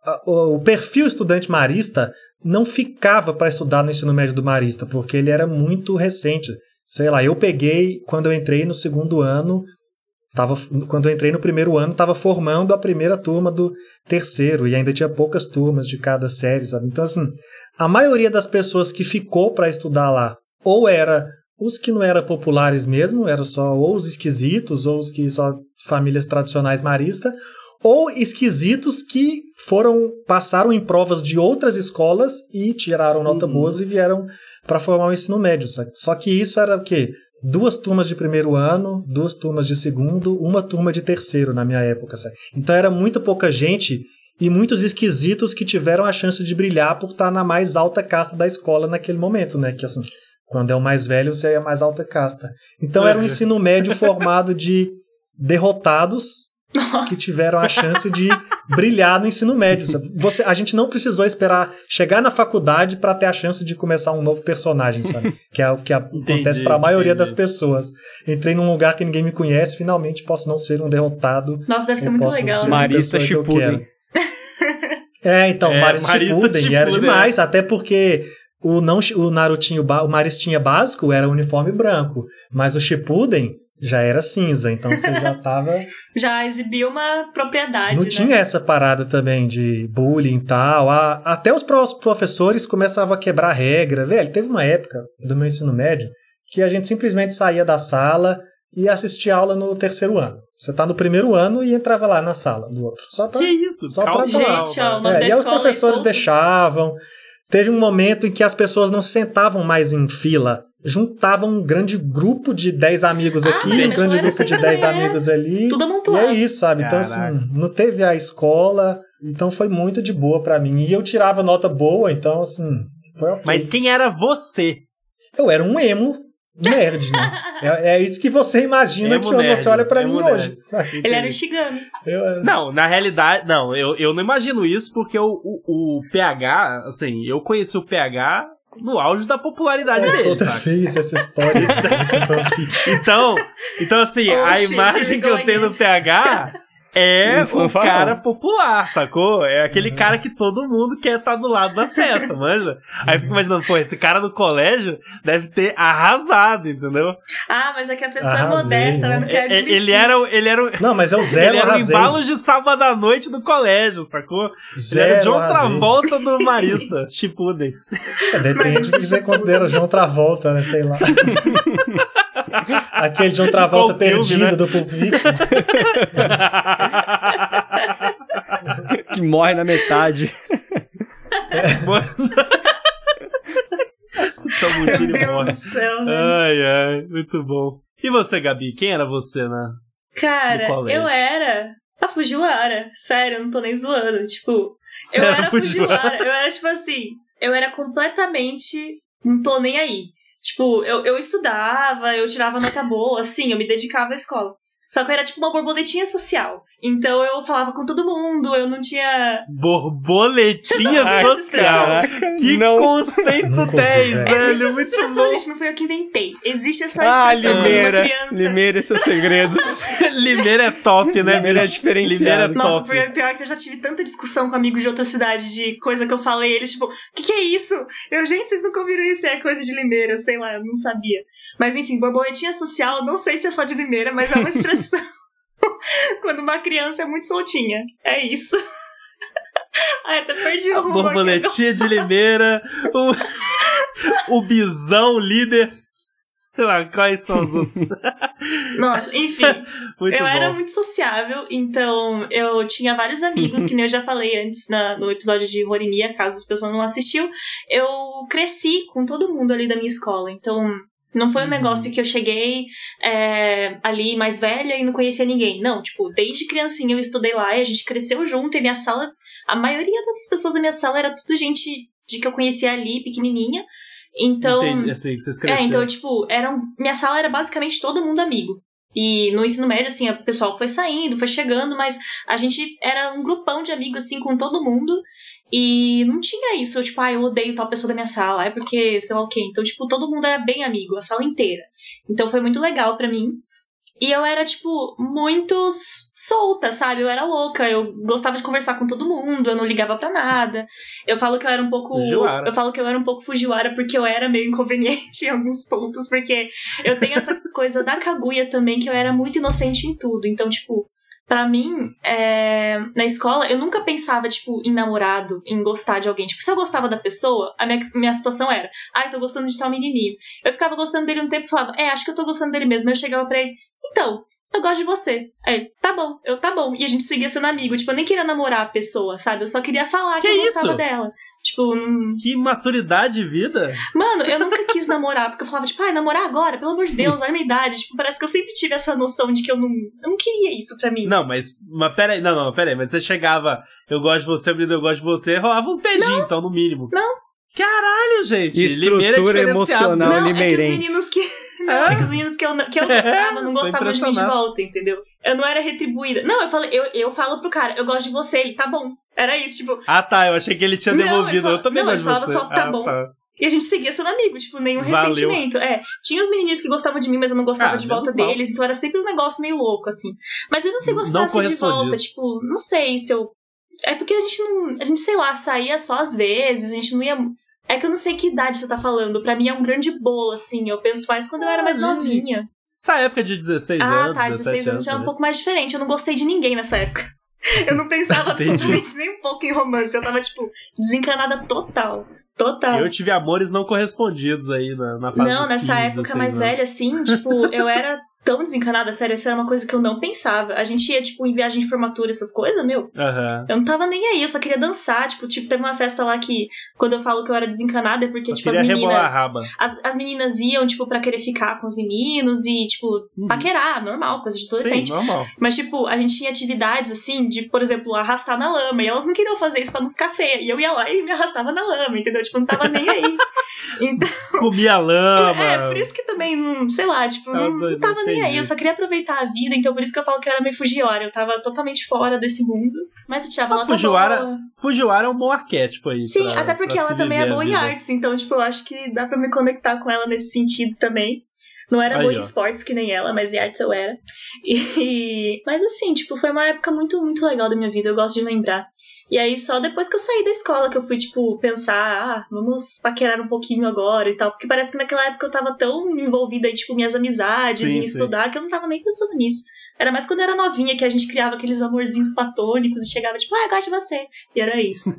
O perfil estudante marista não ficava para estudar no ensino médio do Marista, porque ele era muito recente. Sei lá, eu peguei, quando eu entrei no segundo ano, tava, quando eu entrei no primeiro ano, estava formando a primeira turma do terceiro, e ainda tinha poucas turmas de cada série, sabe? Então, assim, a maioria das pessoas que ficou para estudar lá, ou era os que não eram populares mesmo, eram só ou os esquisitos, ou os que só famílias tradicionais maristas, ou esquisitos que foram passaram em provas de outras escolas e tiraram nota uhum. boas e vieram para formar o ensino médio. Sabe? Só que isso era o quê? Duas turmas de primeiro ano, duas turmas de segundo, uma turma de terceiro na minha época. Sabe? Então era muito pouca gente e muitos esquisitos que tiveram a chance de brilhar por estar na mais alta casta da escola naquele momento, né? Que assim, quando é o mais velho, você é a mais alta casta. Então era um ensino médio formado de derrotados que tiveram a chance de brilhar no ensino médio. Você, a gente não precisou esperar chegar na faculdade para ter a chance de começar um novo personagem, sabe? Que é o que entendi, acontece para a maioria entendi. das pessoas. Entrei num lugar que ninguém me conhece, finalmente posso não ser um derrotado. Nossa, deve ser muito legal. Marista Shippuden. É, então, é, Marista Shippuden era demais, é. Até porque o, não, o Narutinho, o Maristinha básico era uniforme branco, mas o Shippuden já era cinza, então você já tava... já exibia uma propriedade, Não né? tinha essa parada também de bullying e tal. A, até os professores começavam a quebrar regra. Velho, teve uma época do meu ensino médio que a gente simplesmente saía da sala e assistia aula no terceiro ano. Você tá no primeiro ano e entrava lá na sala do outro. Só pra, que isso? Só pra gente, ó, o nome é, da e aí os escola professores é deixavam. Teve um momento em que as pessoas não se sentavam mais em fila. Juntavam um grande grupo de dez amigos aqui, ah, um grande grupo de dez amigos ali. Tudo amontoado. E é isso, sabe? Então, Caraca. assim, não teve a escola, então foi muito de boa pra mim. E eu tirava nota boa, então, assim, foi ok. Mas quem era você? Eu era um emo nerd, né? é, é isso que você imagina emo quando nerd, você olha pra mim nerd. hoje. Sabe? Ele era o Shigami. Eu, não, na realidade, não, eu, eu não imagino isso, porque o, o, o P H, assim, eu conheci o P H no auge da popularidade é, dele, toda saca? Fiz essa história. então, então, assim, oh, a shit, imagem que eu tenho do P H é um, um cara popular, sacou? É aquele uhum. cara que todo mundo quer estar do lado da festa, manja? Aí eu fico imaginando, pô, esse cara no colégio deve ter arrasado, entendeu? Ah, mas é que a pessoa Arrasei, é modesta, né? Não quer admitir. Ele era, ele era Não, mas é o Zero Ele era arrasei. o embalo de sábado à noite do colégio, sacou? Zero ele era John Travolta do Marista, Shippuden. É, depende do que você considera John Travolta, né? Sei lá. Aquele John Travolta perdido filme, né? do Pulp Fiction. Que morre na metade. É. Toma um tiro e morre. Deus do céu, né? Ai, ai, muito bom. E você, Gabi? Quem era você, né? Cara, eu era a Fujiwara. Sério, eu não tô nem zoando. Tipo, Você eu era era a Fujiwara. Fujiwara. Eu era, tipo assim, eu era completamente... Não tô nem aí. Tipo, eu, eu estudava, eu tirava nota boa, assim, eu me dedicava à escola. Só que eu era tipo uma borboletinha social. Então eu falava com todo mundo, eu não tinha... Borboletinha social? Caraca, que não. Conceito dez, velho, muito expressão, bom. Gente, não foi eu que inventei. Existe essa ah, expressão. Limeira, criança... Limeira e seus segredos. Limeira é top, né? Limeira é diferenciado. Limeira é top. Nossa, foi pior que eu já tive tanta discussão com amigos de outra cidade de coisa que eu falei. Eles tipo, o que, que é isso? Eu, gente, vocês nunca ouviram isso? É coisa de Limeira, sei lá, eu não sabia. Mas enfim, borboletinha social, não sei se é só de Limeira, mas é uma expressão quando uma criança é muito soltinha. É isso. Ai, até perdi o rumo. A borboletinha de Limeira, o, o bisão, líder. Sei lá, quais são os outros? Nossa, enfim. Muito eu bom. era muito sociável, então eu tinha vários amigos, que nem eu já falei antes na, no episódio de Horimiya, caso as pessoas não assistiu. Eu cresci com todo mundo ali da minha escola, então não foi um negócio que eu cheguei é, ali mais velha e não conhecia ninguém. Não, tipo, desde criancinha eu estudei lá e a gente cresceu junto, e minha sala, a maioria das pessoas da minha sala era tudo gente de que eu conhecia ali, pequenininha. Então, Entendi, assim, vocês é, cresceram. então, tipo, eram, minha sala era basicamente todo mundo amigo. E no ensino médio, assim, o pessoal foi saindo, foi chegando, mas a gente era um grupão de amigos, assim, com todo mundo. E não tinha isso, tipo, ah, eu odeio tal pessoa da minha sala, é porque, sei lá o quê. Então, tipo, todo mundo era bem amigo, a sala inteira. Então foi muito legal pra mim. E eu era, tipo, muito solta, sabe? Eu era louca, eu gostava de conversar com todo mundo, eu não ligava pra nada. Eu falo que eu era um pouco... Fujiwara. Eu falo que eu era um pouco Fujiwara porque eu era meio inconveniente em alguns pontos, porque eu tenho essa coisa da Kaguya também, que eu era muito inocente em tudo. Então, tipo, pra mim, é... na escola, eu nunca pensava, tipo, em namorado, em gostar de alguém. Tipo, se eu gostava da pessoa, a minha, minha situação era, ai, ah, tô gostando de tal menininho. Eu ficava gostando dele um tempo e falava, é, acho que eu tô gostando dele mesmo. Eu chegava pra ele, então, eu gosto de você. Aí, tá bom, eu tá bom. E a gente seguia sendo amigo. Tipo, eu nem queria namorar a pessoa, sabe? Eu só queria falar que, Que eu isso? gostava dela. Tipo, hum... Que maturidade de vida. Mano, eu nunca quis namorar, porque eu falava, tipo, ai, namorar agora? Pelo amor de Deus, olha a minha idade. Tipo, parece que eu sempre tive essa noção de que eu não... Eu não queria isso pra mim. Não, mas, mas peraí, não, não, peraí, mas você chegava, eu gosto de você, menino, eu gosto de você, rolava uns beijinhos, então, no mínimo. Não. Caralho, gente. Limeira é Estrutura diferenciado. emocional Não, limeirense. é que os meninos que... Não, é que os meninos que eu, que eu gostava não Tô gostavam de mim de impressionado. volta, entendeu? Eu não era retribuída. Não, eu, falei, eu, eu falo pro cara, eu gosto de você, ele, tá bom. Era isso, tipo... Ah, tá, eu achei que ele tinha Não, devolvido, ele fala- eu também não, gosto de ele falava você. só, tá Ah, bom. tá. E a gente seguia sendo amigo, tipo, nenhum Valeu. ressentimento. É, tinha os menininhos que gostavam de mim, mas eu não gostava Ah, de volta menos mal. deles, então era sempre um negócio meio louco, assim. Mas mesmo se Não gostasse de correspondido. volta, tipo, não sei se eu... É porque a gente não... A gente, sei lá, saía só às vezes, a gente não ia... É que eu não sei que idade você tá falando. Pra mim é um grande bolo, assim. Eu penso mais quando eu era mais Ah, novinha. Essa época de dezesseis Ah, anos, tá, dezessete dezesseis anos já é um né? pouco mais diferente. Eu não gostei de ninguém nessa época. Eu não pensava Entendi. absolutamente nem um pouco em romance. Eu tava, tipo, desencanada total. Total. Eu tive amores não correspondidos aí na, na fase Não, dos nessa quinze, época dezesseis mais anos. velha, assim, tipo, eu era tão desencanada, sério, isso era uma coisa que eu não pensava. A gente ia, tipo, em viagem de formatura, essas coisas, meu, Aham. eu não tava nem aí, eu só queria dançar, tipo, tipo, teve uma festa lá que, quando eu falo que eu era desencanada, é porque, Só tipo, as queria rebolar a meninas... raba. As, as meninas iam, tipo, pra querer ficar com os meninos e, tipo, Uhum. paquerar, normal, coisa de adolescente. Sim, normal. Mas, tipo, a gente tinha atividades, assim, de, por exemplo, arrastar na lama. E elas não queriam fazer isso pra não ficar feia. E eu ia lá e me arrastava na lama, entendeu? Tipo, não tava nem aí. Então, Comia lama. é, por isso que também, não, sei lá, tipo, Ah, não, não doido, tava nem aí. entendi. Eu só queria aproveitar a vida. Então, por isso que eu falo que eu era meio Fujiwara. Eu tava totalmente fora desse mundo. Mas eu tirava A nota Fujiwara, boa. Fujiwara é um bom arquétipo aí. Sim, pra- até porque pra ela se também é viver a boa em vida. artes. Então, tipo, eu acho que dá pra me conectar com ela nesse sentido também. Não era Aí, boa em ó. esportes que nem ela, mas em artes eu era. E... Mas assim, tipo, foi uma época muito, muito legal da minha vida, eu gosto de lembrar. E aí, só depois que eu saí da escola que eu fui, tipo, pensar, ah, vamos paquerar um pouquinho agora e tal. Porque parece que naquela época eu tava tão envolvida em, tipo, minhas amizades, Sim, em sim. estudar, que eu não tava nem pensando nisso. Era mais quando eu era novinha que a gente criava aqueles amorzinhos platônicos e chegava, tipo, ah, eu gosto de você. E era isso.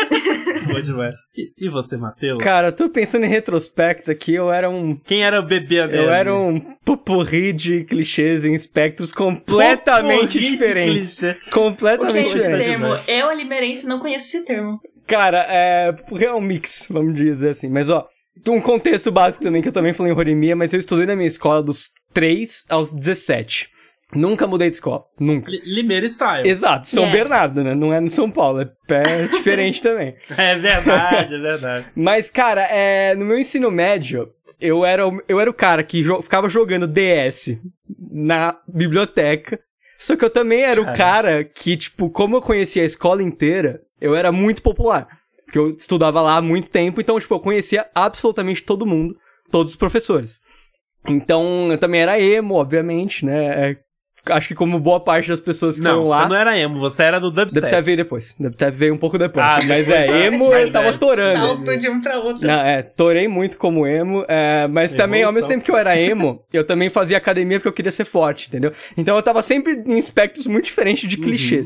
Boa demais. E, e você, Matheus? Cara, eu tô pensando em retrospecto aqui, eu era um... Quem era o bebê Adese? Eu era um pupurri de clichês em espectros completamente Potpourri de diferentes. clichê. O que é Completamente esse diferente. diferentes. termo? demais. Eu, a limeirense, não conheço esse termo. Cara, é... é um mix, vamos dizer assim. Mas, ó, um contexto básico também, que eu também falei em Horimiya, mas eu estudei na minha escola dos três aos dezessete. Nunca mudei de escola, nunca. Li- Limeira Style. Exato, São Yes. Bernardo, né? Não é no São Paulo, é, é diferente também. É verdade, é verdade. Mas, cara, é, no meu ensino médio, eu era, o- eu era o cara que jo- ficava jogando D S na biblioteca. Só que eu também era Cara. o cara que, tipo, como eu conhecia a escola inteira, eu era muito popular. Porque eu estudava lá há muito tempo, então, tipo, eu conhecia absolutamente todo mundo, todos os professores. Então, eu também era emo, obviamente, né? É, acho que como boa parte das pessoas que Não, foram lá... você não era emo, você era do dubstep. Dubstep veio depois. Dubstep veio um pouco depois. Ah, mas depois, é, tá. emo Mais eu tava velho. torando. Salto de um pra outro. Não, é, torei muito como emo, é, mas também, ao mesmo Evolução. tempo que eu era emo, eu também fazia academia porque eu queria ser forte, entendeu? Então eu tava sempre em espectros muito diferentes de clichês.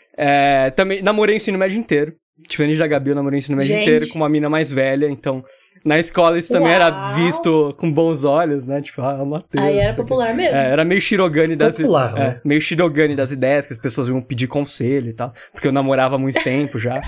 É, também namorei o ensino médio inteiro. Diferente da Gabi, eu namorei o ensino médio Gente. inteiro com uma mina mais velha, então... Na escola isso também Uau. era visto com bons olhos, né? Tipo, ah, Matheus. Aí era isso aqui. popular mesmo. É, era meio Shirogane das Popular, é, né? meio Shirogane das ideias, que as pessoas iam pedir conselho e tal. Porque eu namorava há muito tempo já.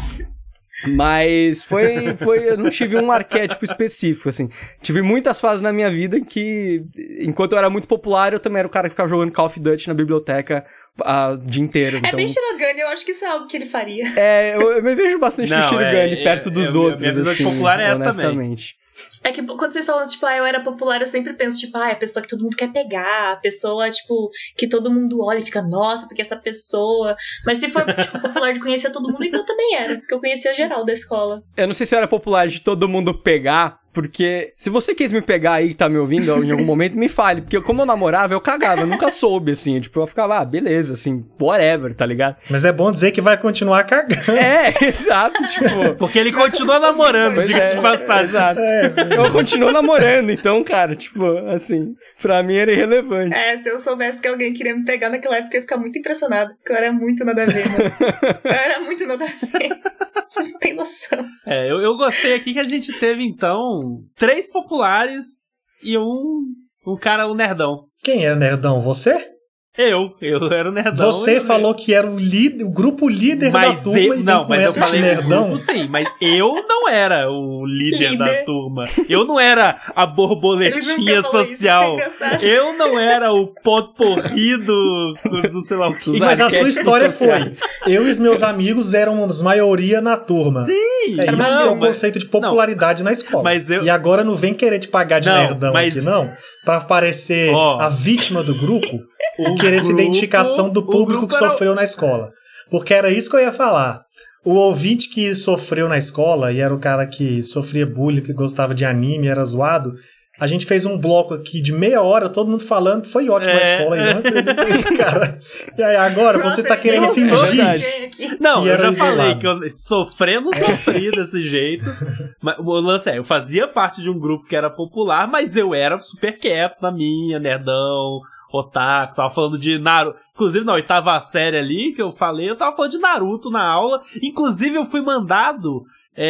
Mas foi, foi. Eu não tive um arquétipo específico, assim. Tive muitas fases na minha vida que, enquanto eu era muito popular, eu também era o cara que ficava jogando Call of Duty na biblioteca o dia inteiro. É Então... bem Shirogane, eu acho que isso é algo que ele faria. É, eu, eu me vejo bastante Não, no Shirogane é, perto é, dos é, outros, minha visão de assim, popular é essa honestamente. É que quando vocês falam, tipo, ah, eu era popular, eu sempre penso, tipo, ah, é a pessoa que todo mundo quer pegar, a pessoa, tipo, que todo mundo olha e fica, nossa, porque essa pessoa... Mas se for, tipo, popular de conhecer todo mundo, então também era, porque eu conhecia geral da escola. Eu não sei se eu era popular de todo mundo pegar, porque se você quis me pegar aí e tá me ouvindo em algum momento, me fale. Porque como eu namorava, eu cagava, eu nunca soube, assim. Tipo, eu ficava, ah, beleza, assim, whatever, tá ligado? Mas é bom dizer que vai continuar cagando. É, exato, tipo... Porque ele continua namorando, Pois diga é, de passagem. exato. É, sim. Eu continuo namorando, então, cara, tipo, assim, pra mim era irrelevante. É, se eu soubesse que alguém queria me pegar naquela época, eu ia ficar muito impressionada, porque eu era muito nada a ver, mano. Eu era muito nada a ver. Vocês não têm noção. É, eu, eu gostei aqui que a gente teve, então, três populares e um, um cara, um nerdão. Quem é nerdão? Você? Eu, eu era o nerdão. Você eu, falou que era o, líder, o grupo líder mas da turma eu, e vem não, com mas eu essa de falei nerdão. grupo, sim, mas eu não era o líder, Líder. da turma. Eu não era a borboletinha social. Isso, que Eu não era o potporri do, do, do sei lá o que. Os Mas a sua arquétipos história sociais. foi: eu e os meus amigos éramos maioria na turma. Sim, É isso não, que é o mas- conceito de popularidade na escola. mas eu- E agora não vem querer te pagar de Não, nerdão mas- aqui, não. Pra parecer Ó. a vítima do grupo O e querer essa grupo- identificação do o público grupo que era- sofreu na escola. Porque era isso que eu ia falar. O ouvinte que sofreu na escola e era o cara que sofria bullying, que gostava de anime, era zoado. A gente fez um bloco aqui de meia hora, todo mundo falando que foi ótimo a É. escola e não acredito nesse cara. E aí agora Nossa, você tá ele querendo não fingir. verdade. aqui. Não, que eu era já isolado. falei que eu sofrendo, sofri desse jeito. Mas o lance é, eu fazia parte de um grupo que era popular, mas eu era super quieto na minha, nerdão, otaku, tava falando de Naruto. Inclusive, na oitava série ali que eu falei, eu tava falando de Naruto na aula. Inclusive, eu fui mandado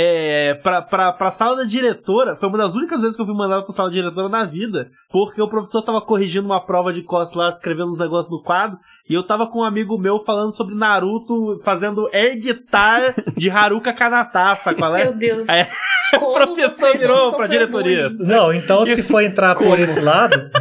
é, pra, pra, pra sala da diretora. Foi uma das únicas vezes que eu fui mandado pra sala da diretora na vida, porque o professor tava corrigindo uma prova de cos lá, escrevendo os negócios no quadro, e eu tava com um amigo meu falando sobre Naruto, fazendo air guitar de Haruka Kanata, sabe qual é? Meu Deus. Aí, Como o professor você virou não pra sofreu diretoria. bullying? Não, então se for entrar por esse lado,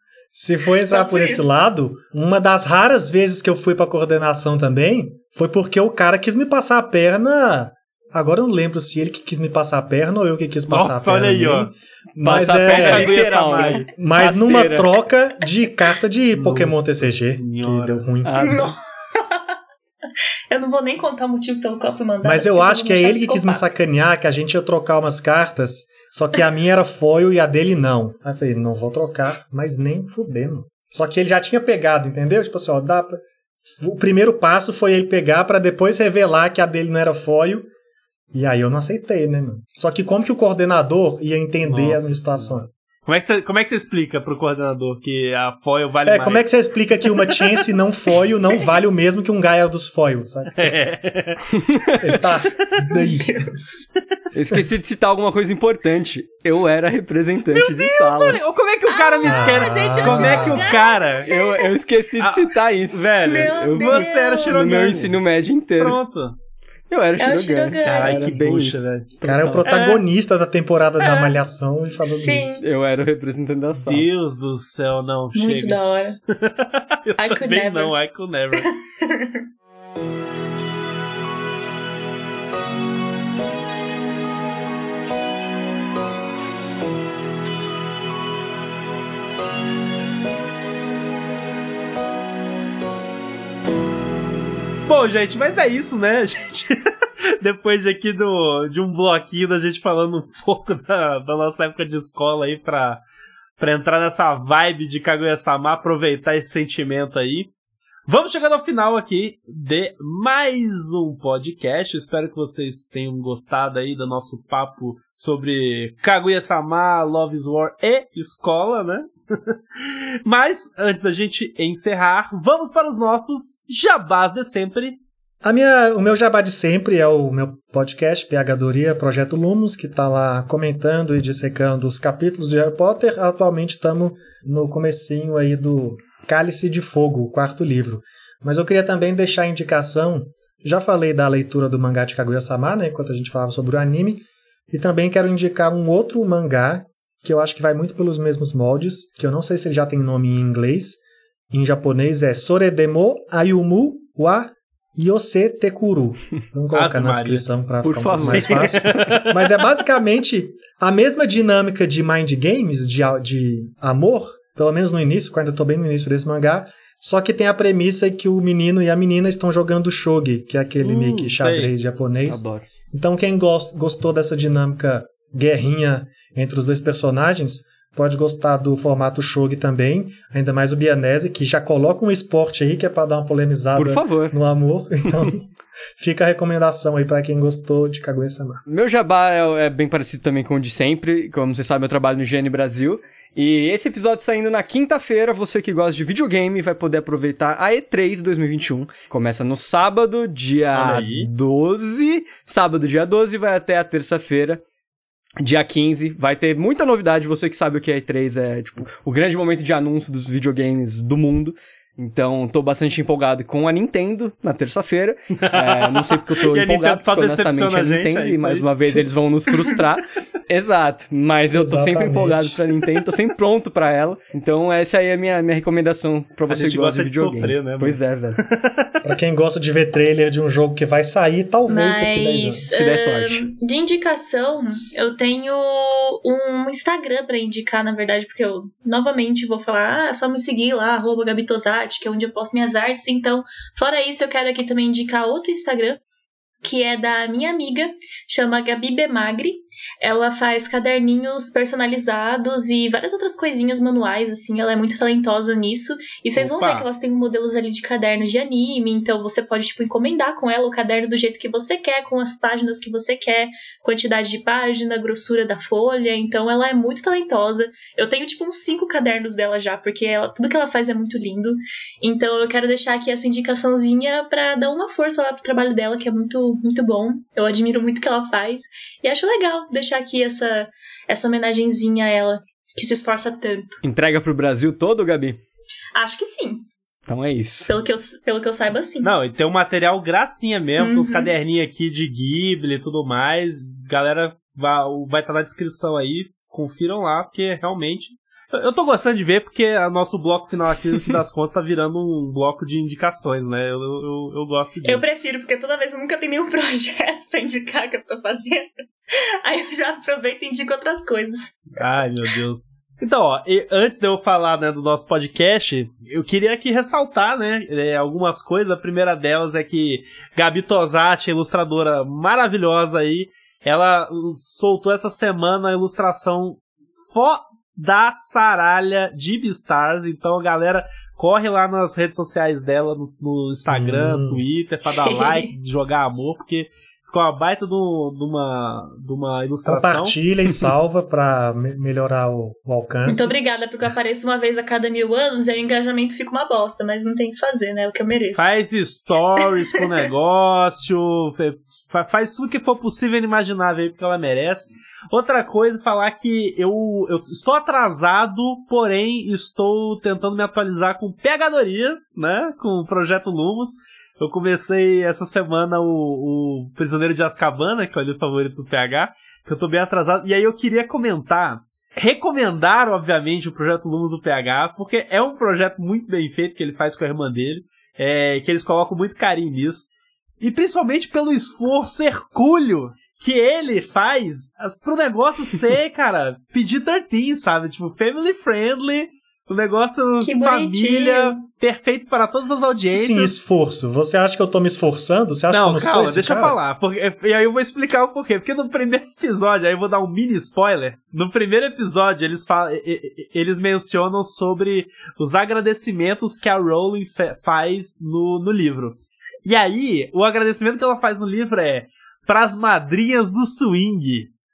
se for entrar Só por por esse isso. lado, uma das raras vezes que eu fui pra coordenação também foi porque o cara quis me passar a perna. Agora eu não lembro se ele que quis me passar a perna ou eu que quis passar Nossa, a perna. olha aí, nele. ó. Mas Passar a é, perna literal, literal, né? né? mas numa Rasteira. troca de carta de Pokémon Nossa T C G, senhora. que deu ruim. Ah, Não. Eu não vou nem contar o motivo pelo qual eu fui mandada. Mas eu porque acho senão que é eu vou ele que achar quis me psicopata. sacanear, que a gente ia trocar umas cartas, só que a minha era foil e a dele não. Aí eu falei, não vou trocar, mas nem fudendo. Só que ele já tinha pegado, entendeu? Tipo assim, ó, dá pra... O primeiro passo foi ele pegar pra depois revelar que a dele não era foil. E aí eu não aceitei, né, mano? Só que como que o coordenador ia entender Nossa a minha situação? Como é, que você, como é que você explica pro coordenador que a foil vale É, mais? como é que você explica que uma chance não foil não vale o mesmo que um Gaia dos foil, sabe? É. Ele tá... Daí. eu esqueci de citar alguma coisa importante. Eu era representante de sala. Olha, como é que o cara me Ah, esquece? gente, eu Como é que o tinha- cara... Eu, eu esqueci de citar isso. Velho, Meu eu- Deus. você era No Shirogane. meu ensino médio inteiro. Pronto. Eu era É o Shirogane. Shirogane. Caralho, Era que bem bucha, isso. velho. O cara é o protagonista da temporada da Malhação e falando Sim. isso. Eu era o representante da sala. Deus do céu, não. Muito chega. da hora. Eu I could também never. não, I could never. Bom, gente, mas é isso, né? A gente, depois de aqui do, de um bloquinho da gente falando um pouco da, da nossa época de escola aí pra, pra entrar nessa vibe de Kaguya-sama, aproveitar esse sentimento aí. Vamos chegando ao final aqui de mais um podcast. Eu espero que vocês tenham gostado aí do nosso papo sobre Kaguya-sama, Love is War e escola, né? Mas, antes da gente encerrar, vamos para os nossos jabás de sempre. A minha, o meu jabá de sempre é o meu podcast, PHdoria Projeto Lumos, que está lá comentando e dissecando os capítulos de Harry Potter. Atualmente estamos no comecinho aí do Cálice de Fogo, o quarto livro. Mas eu queria também deixar a indicação, já falei da leitura do mangá de Kaguya-sama, né, enquanto a gente falava sobre o anime, e também quero indicar um outro mangá, que eu acho que vai muito pelos mesmos moldes, que eu não sei se ele já tem nome em inglês, em japonês é Soredemo Ayumu wa Yose Tekuru. Vamos colocar na descrição para ficar um pouco mais fácil. Mas é basicamente a mesma dinâmica de Mind Games, de, de amor, pelo menos no início, quando eu estou bem no início desse mangá, só que tem a premissa que o menino e a menina estão jogando shogi, que é aquele hum, meio que xadrez sei. japonês. Adoro. Então quem gost, gostou dessa dinâmica guerrinha entre os dois personagens, pode gostar do formato shogi também, ainda mais o Bianese, que já coloca um esporte aí que é para dar uma polemizada Por favor. no amor. Então, fica a recomendação aí para quem gostou de Kaguya-sama. Meu jabá é, é bem parecido também com o de sempre. Como você sabe, eu trabalho no G N Brasil. E esse episódio saindo na quinta-feira, você que gosta de videogame vai poder aproveitar a E três dois mil e vinte e um. Começa no sábado, dia doze. Sábado, dia doze, vai até a terça-feira. Dia quinze, vai ter muita novidade, você que sabe o que é E três, é tipo o grande momento de anúncio dos videogames do mundo. Então, tô bastante empolgado com a Nintendo na terça-feira. É, não sei porque eu tô e empolgado, só porque honestamente a, a Nintendo, é e mais uma vez eles vão nos frustrar. Exato, mas eu tô Exatamente. sempre empolgado pra Nintendo, tô sempre pronto pra ela. Então, essa aí é a minha, minha recomendação pra você que gosta de videogame. Sofrer, né, pois é, velho. Pra quem gosta de ver trailer de um jogo que vai sair, talvez mas, daqui a dez anos. Se der sorte. Uh, de indicação, eu tenho um Instagram pra indicar, na verdade, porque eu novamente vou falar, ah, é só me seguir lá, arroba Gabi Tosati, que é onde eu posto minhas artes. Então, fora isso, eu quero aqui também indicar outro Instagram, que é da minha amiga, chama Gabi Bemagri. Ela faz caderninhos personalizados e várias outras coisinhas manuais, assim, ela é muito talentosa nisso. E vocês Opa. vão ver que elas têm modelos ali de cadernos de anime, então você pode, tipo, encomendar com ela o caderno do jeito que você quer, com as páginas que você quer, quantidade de página, grossura da folha, então ela é muito talentosa. Eu tenho, tipo, uns cinco cadernos dela já, porque ela, tudo que ela faz é muito lindo. Então eu quero deixar aqui essa indicaçãozinha pra dar uma força lá pro trabalho dela, que é muito, muito bom. Eu admiro muito o que ela faz. E acho legal deixar aqui essa, essa homenagenzinha a ela, que se esforça tanto. Entrega pro Brasil todo, Gabi? Acho que sim. Então é isso. Pelo que eu, pelo que eu saiba, sim. Não, e tem um material gracinha mesmo, uhum. tem uns caderninhos aqui de Ghibli e tudo mais. Galera, vai vai estar na descrição aí, confiram lá, porque realmente... Eu tô gostando de ver porque o nosso bloco final aqui, no fim das contas, tá virando um bloco de indicações, né? Eu, eu, eu gosto disso. Eu prefiro, porque toda vez eu nunca tenho nenhum projeto pra indicar que eu tô fazendo. Aí eu já aproveito e indico outras coisas. Ai, meu Deus. Então, ó, e antes de eu falar, né, do nosso podcast, eu queria aqui ressaltar, né, é, algumas coisas. A primeira delas é que Gabi Tosati, ilustradora maravilhosa aí, ela soltou essa semana a ilustração foda da Saralha de Beastars. Então, galera, corre lá nas redes sociais dela, no, no Instagram, Sim. Twitter, pra dar like, jogar amor, porque ficou uma baita de uma, de uma ilustração. Compartilha e salva pra me- melhorar o, o alcance. Muito obrigada, porque eu apareço uma vez a cada mil anos e aí o engajamento fica uma bosta, mas não tem o que fazer, né? É o que eu mereço. Faz stories com o negócio, faz tudo que for possível e inimaginável aí, porque ela merece. Outra coisa, falar que eu, eu estou atrasado, porém estou tentando me atualizar com PHdoria, né? Com o Projeto Lumos. Eu comecei essa semana o, o Prisioneiro de Azkaban, né, que é o livro favorito do P H, que eu tô bem atrasado. E aí eu queria comentar, recomendar, obviamente, o Projeto Lumos do P H, porque é um projeto muito bem feito que ele faz com a irmã dele, é, que eles colocam muito carinho nisso. E principalmente pelo esforço hercúleo que ele faz pro negócio ser, cara, P G treze, sabe? Tipo, family friendly, um negócio que família, perfeito para todas as audiências. Sim, esforço. Você acha que eu tô me esforçando? Você acha não, que eu não calma, sou esse deixa cara? eu falar. Porque, e aí eu vou explicar o porquê. Porque no primeiro episódio, aí eu vou dar um mini spoiler. No primeiro episódio, eles, falam, eles mencionam sobre os agradecimentos que a Rowling faz no, no livro. E aí, o agradecimento que ela faz no livro é pras madrinhas do swing.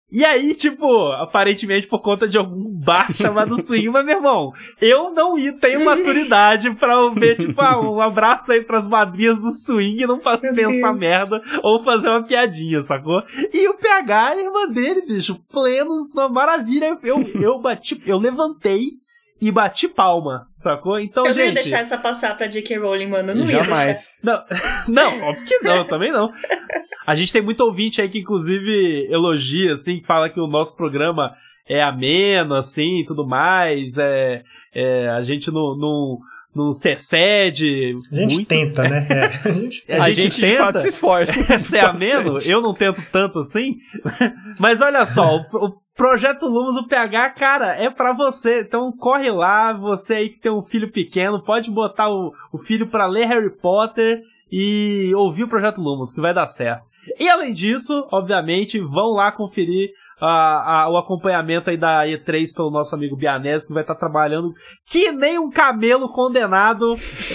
E aí, tipo, aparentemente por conta de algum bar chamado Swing, mas, meu irmão, eu não tenho maturidade pra ver, tipo, ah, um abraço aí pras madrinhas do Swing, não faço meu pensar Deus. merda ou fazer uma piadinha, sacou? E o P H, a irmã dele, bicho, plenos, na maravilha, eu, eu bati, eu levantei e bati palma, sacou? Então, eu gente... Eu não ia deixar essa passar pra J K Rowling, mano, eu não Jamais. ia deixar. Não, não, óbvio que não, também não. A gente tem muito ouvinte aí que, inclusive, elogia, assim, que fala que o nosso programa é ameno, assim, e tudo mais, é, é, a gente não, não, não se excede. A gente muito. tenta, né? É, a gente, a a gente, gente tenta de fato se esforça. ser ameno, eu não tento tanto assim, mas olha só, o, o Projeto Lumos, o P H, cara, é pra você, então corre lá, você aí que tem um filho pequeno, pode botar o, o filho pra ler Harry Potter e ouvir o Projeto Lumos, que vai dar certo. E além disso, obviamente, vão lá conferir uh, uh, o acompanhamento aí da E três pelo nosso amigo Bianese, que vai estar tá trabalhando que nem um camelo condenado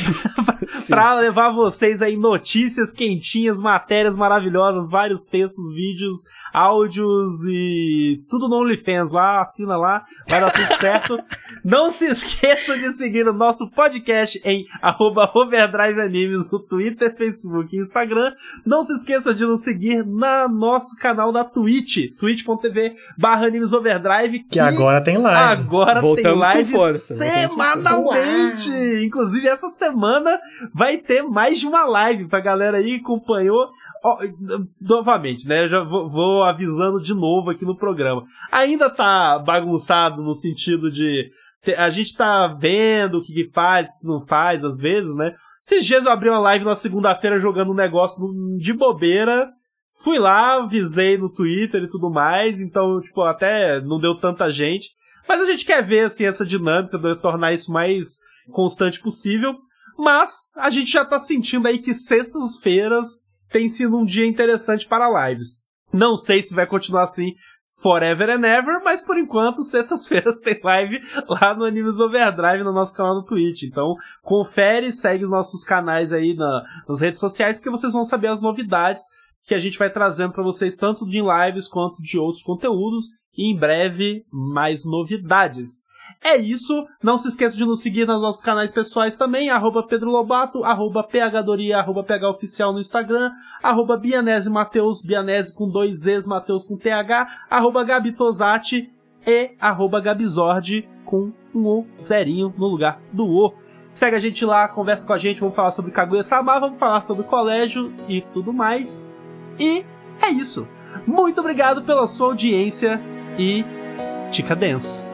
pra levar vocês aí notícias quentinhas, matérias maravilhosas, vários textos, vídeos, áudios e tudo no OnlyFans lá, assina lá, vai dar tudo certo. Não se esqueçam de seguir o nosso podcast em arroba Overdrive Animes no Twitter, Facebook e Instagram. Não se esqueçam de nos seguir no nosso canal da Twitch, twitch.tv barra Animes Overdrive. Que, que agora tem live. Agora Voltamos tem live com força. semanalmente. Inclusive, essa semana vai ter mais de uma live pra galera aí que acompanhou. Oh, novamente, né? Eu já vou, vou avisando de novo aqui no programa. Ainda tá bagunçado no sentido de... A gente tá vendo o que, que faz, o que não faz, às vezes, né? Esses dias eu abri uma live na segunda-feira jogando um negócio de bobeira. Fui lá, avisei no Twitter e tudo mais. Então, tipo, até não deu tanta gente. Mas a gente quer ver, assim, essa dinâmica de tornar isso mais constante possível. Mas a gente já tá sentindo aí que sextas-feiras tem sido um dia interessante para lives. Não sei se vai continuar assim forever and ever, mas por enquanto, sextas-feiras tem live lá no Animes Overdrive, no nosso canal no Twitch. Então, confere, segue os nossos canais aí na, nas redes sociais, porque vocês vão saber as novidades que a gente vai trazendo para vocês, tanto de lives quanto de outros conteúdos, e em breve, mais novidades. É isso, não se esqueça de nos seguir nos nossos canais pessoais também, arroba Pedro Lobato, arroba phdoria, arroba phoficial no Instagram, arroba Bianese Mateus, Bianese com dois Z's, Mateus com T H, arroba Gabi Tosati e arroba Gabizord com um O zerinho no lugar do O. Segue a gente lá, conversa com a gente, vamos falar sobre Kaguya-sama, vamos falar sobre colégio e tudo mais. E é isso. Muito obrigado pela sua audiência e Tica Dance.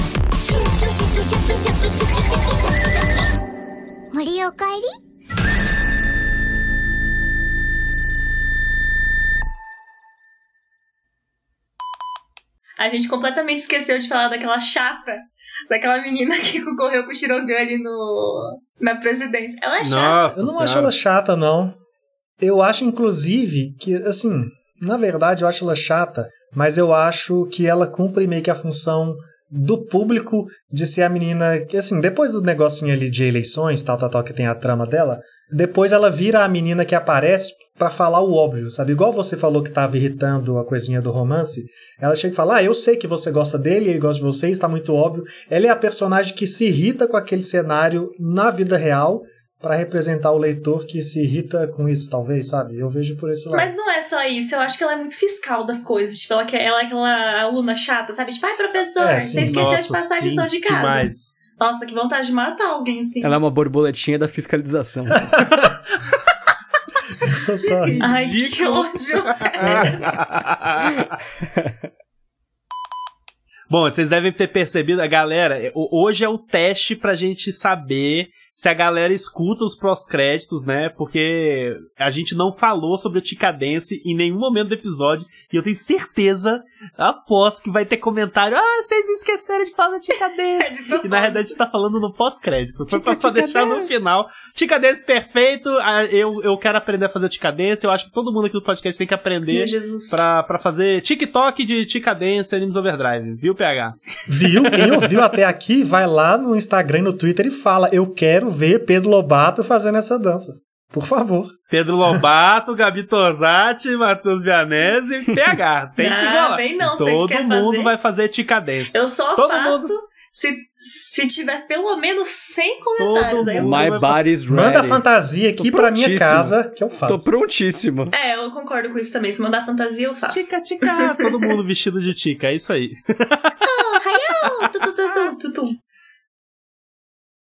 Mori, おかえり。 A gente completamente esqueceu de falar daquela chata, daquela menina que concorreu com o Shirogane no, na presidência. Ela é chata. Nossa Eu não senhora. acho ela chata, não. Eu acho, inclusive, que, assim, na verdade eu acho ela chata, mas eu acho que ela cumpre meio que a função do público de ser a menina, que assim, depois do negocinho ali de eleições, tal, tal, tal, que tem a trama dela, depois ela vira a menina que aparece pra falar o óbvio, sabe? Igual você falou que tava irritando a coisinha do romance, ela chega e fala, ah, eu sei que você gosta dele, ele gosta de você, está muito óbvio. Ela é a personagem que se irrita com aquele cenário na vida real, pra representar o leitor que se irrita com isso, talvez, sabe? Eu vejo por esse lado. Mas não é só isso, eu acho que ela é muito fiscal das coisas. Tipo, ela, ela é aquela aluna chata, sabe? Tipo, ai, professor, É, você sim. esqueceu Nossa, de passar a sim, lição de casa. demais. Nossa, que vontade de matar alguém, assim. Ela é uma borboletinha da fiscalização. Eu só ri. Ai, que ridículo. ódio. Bom, vocês devem ter percebido, a galera, hoje é o teste pra gente saber se a galera escuta os pós-créditos, né? Porque a gente não falou sobre o Ticadense em nenhum momento do episódio, e eu tenho certeza, aposto que vai ter comentário, ah, vocês esqueceram de falar do Ticadense. É de E na propósito. verdade a gente tá falando no pós-crédito. Foi pra só Ticadense. deixar no final. Ticadense perfeito, ah, eu, eu quero aprender a fazer o Ticadense, eu acho que todo mundo aqui do podcast tem que aprender Meu Jesus. pra, pra fazer TikTok de Ticadense e Animes Overdrive, viu, P H? Viu? Quem ouviu até aqui, vai lá no Instagram e no Twitter e fala, eu quero ver Pedro Lobato fazendo essa dança. Por favor. Pedro Lobato, Gabi Tosati, Matheus Vianese e P H. Tem que Ah, rolar. vem não, você Todo quer mundo fazer? vai fazer Ticadense. Eu só Todo faço mundo- se, se tiver pelo menos cem comentários. Todo Aí eu... mundo. My vai body's ready. Manda a fantasia aqui Tô pra minha prontíssimo. casa, que eu Tô faço. prontíssimo. É, eu concordo com isso também. Se mandar fantasia, eu faço. Tica, tica. Todo mundo vestido de tica, é isso aí. Oh,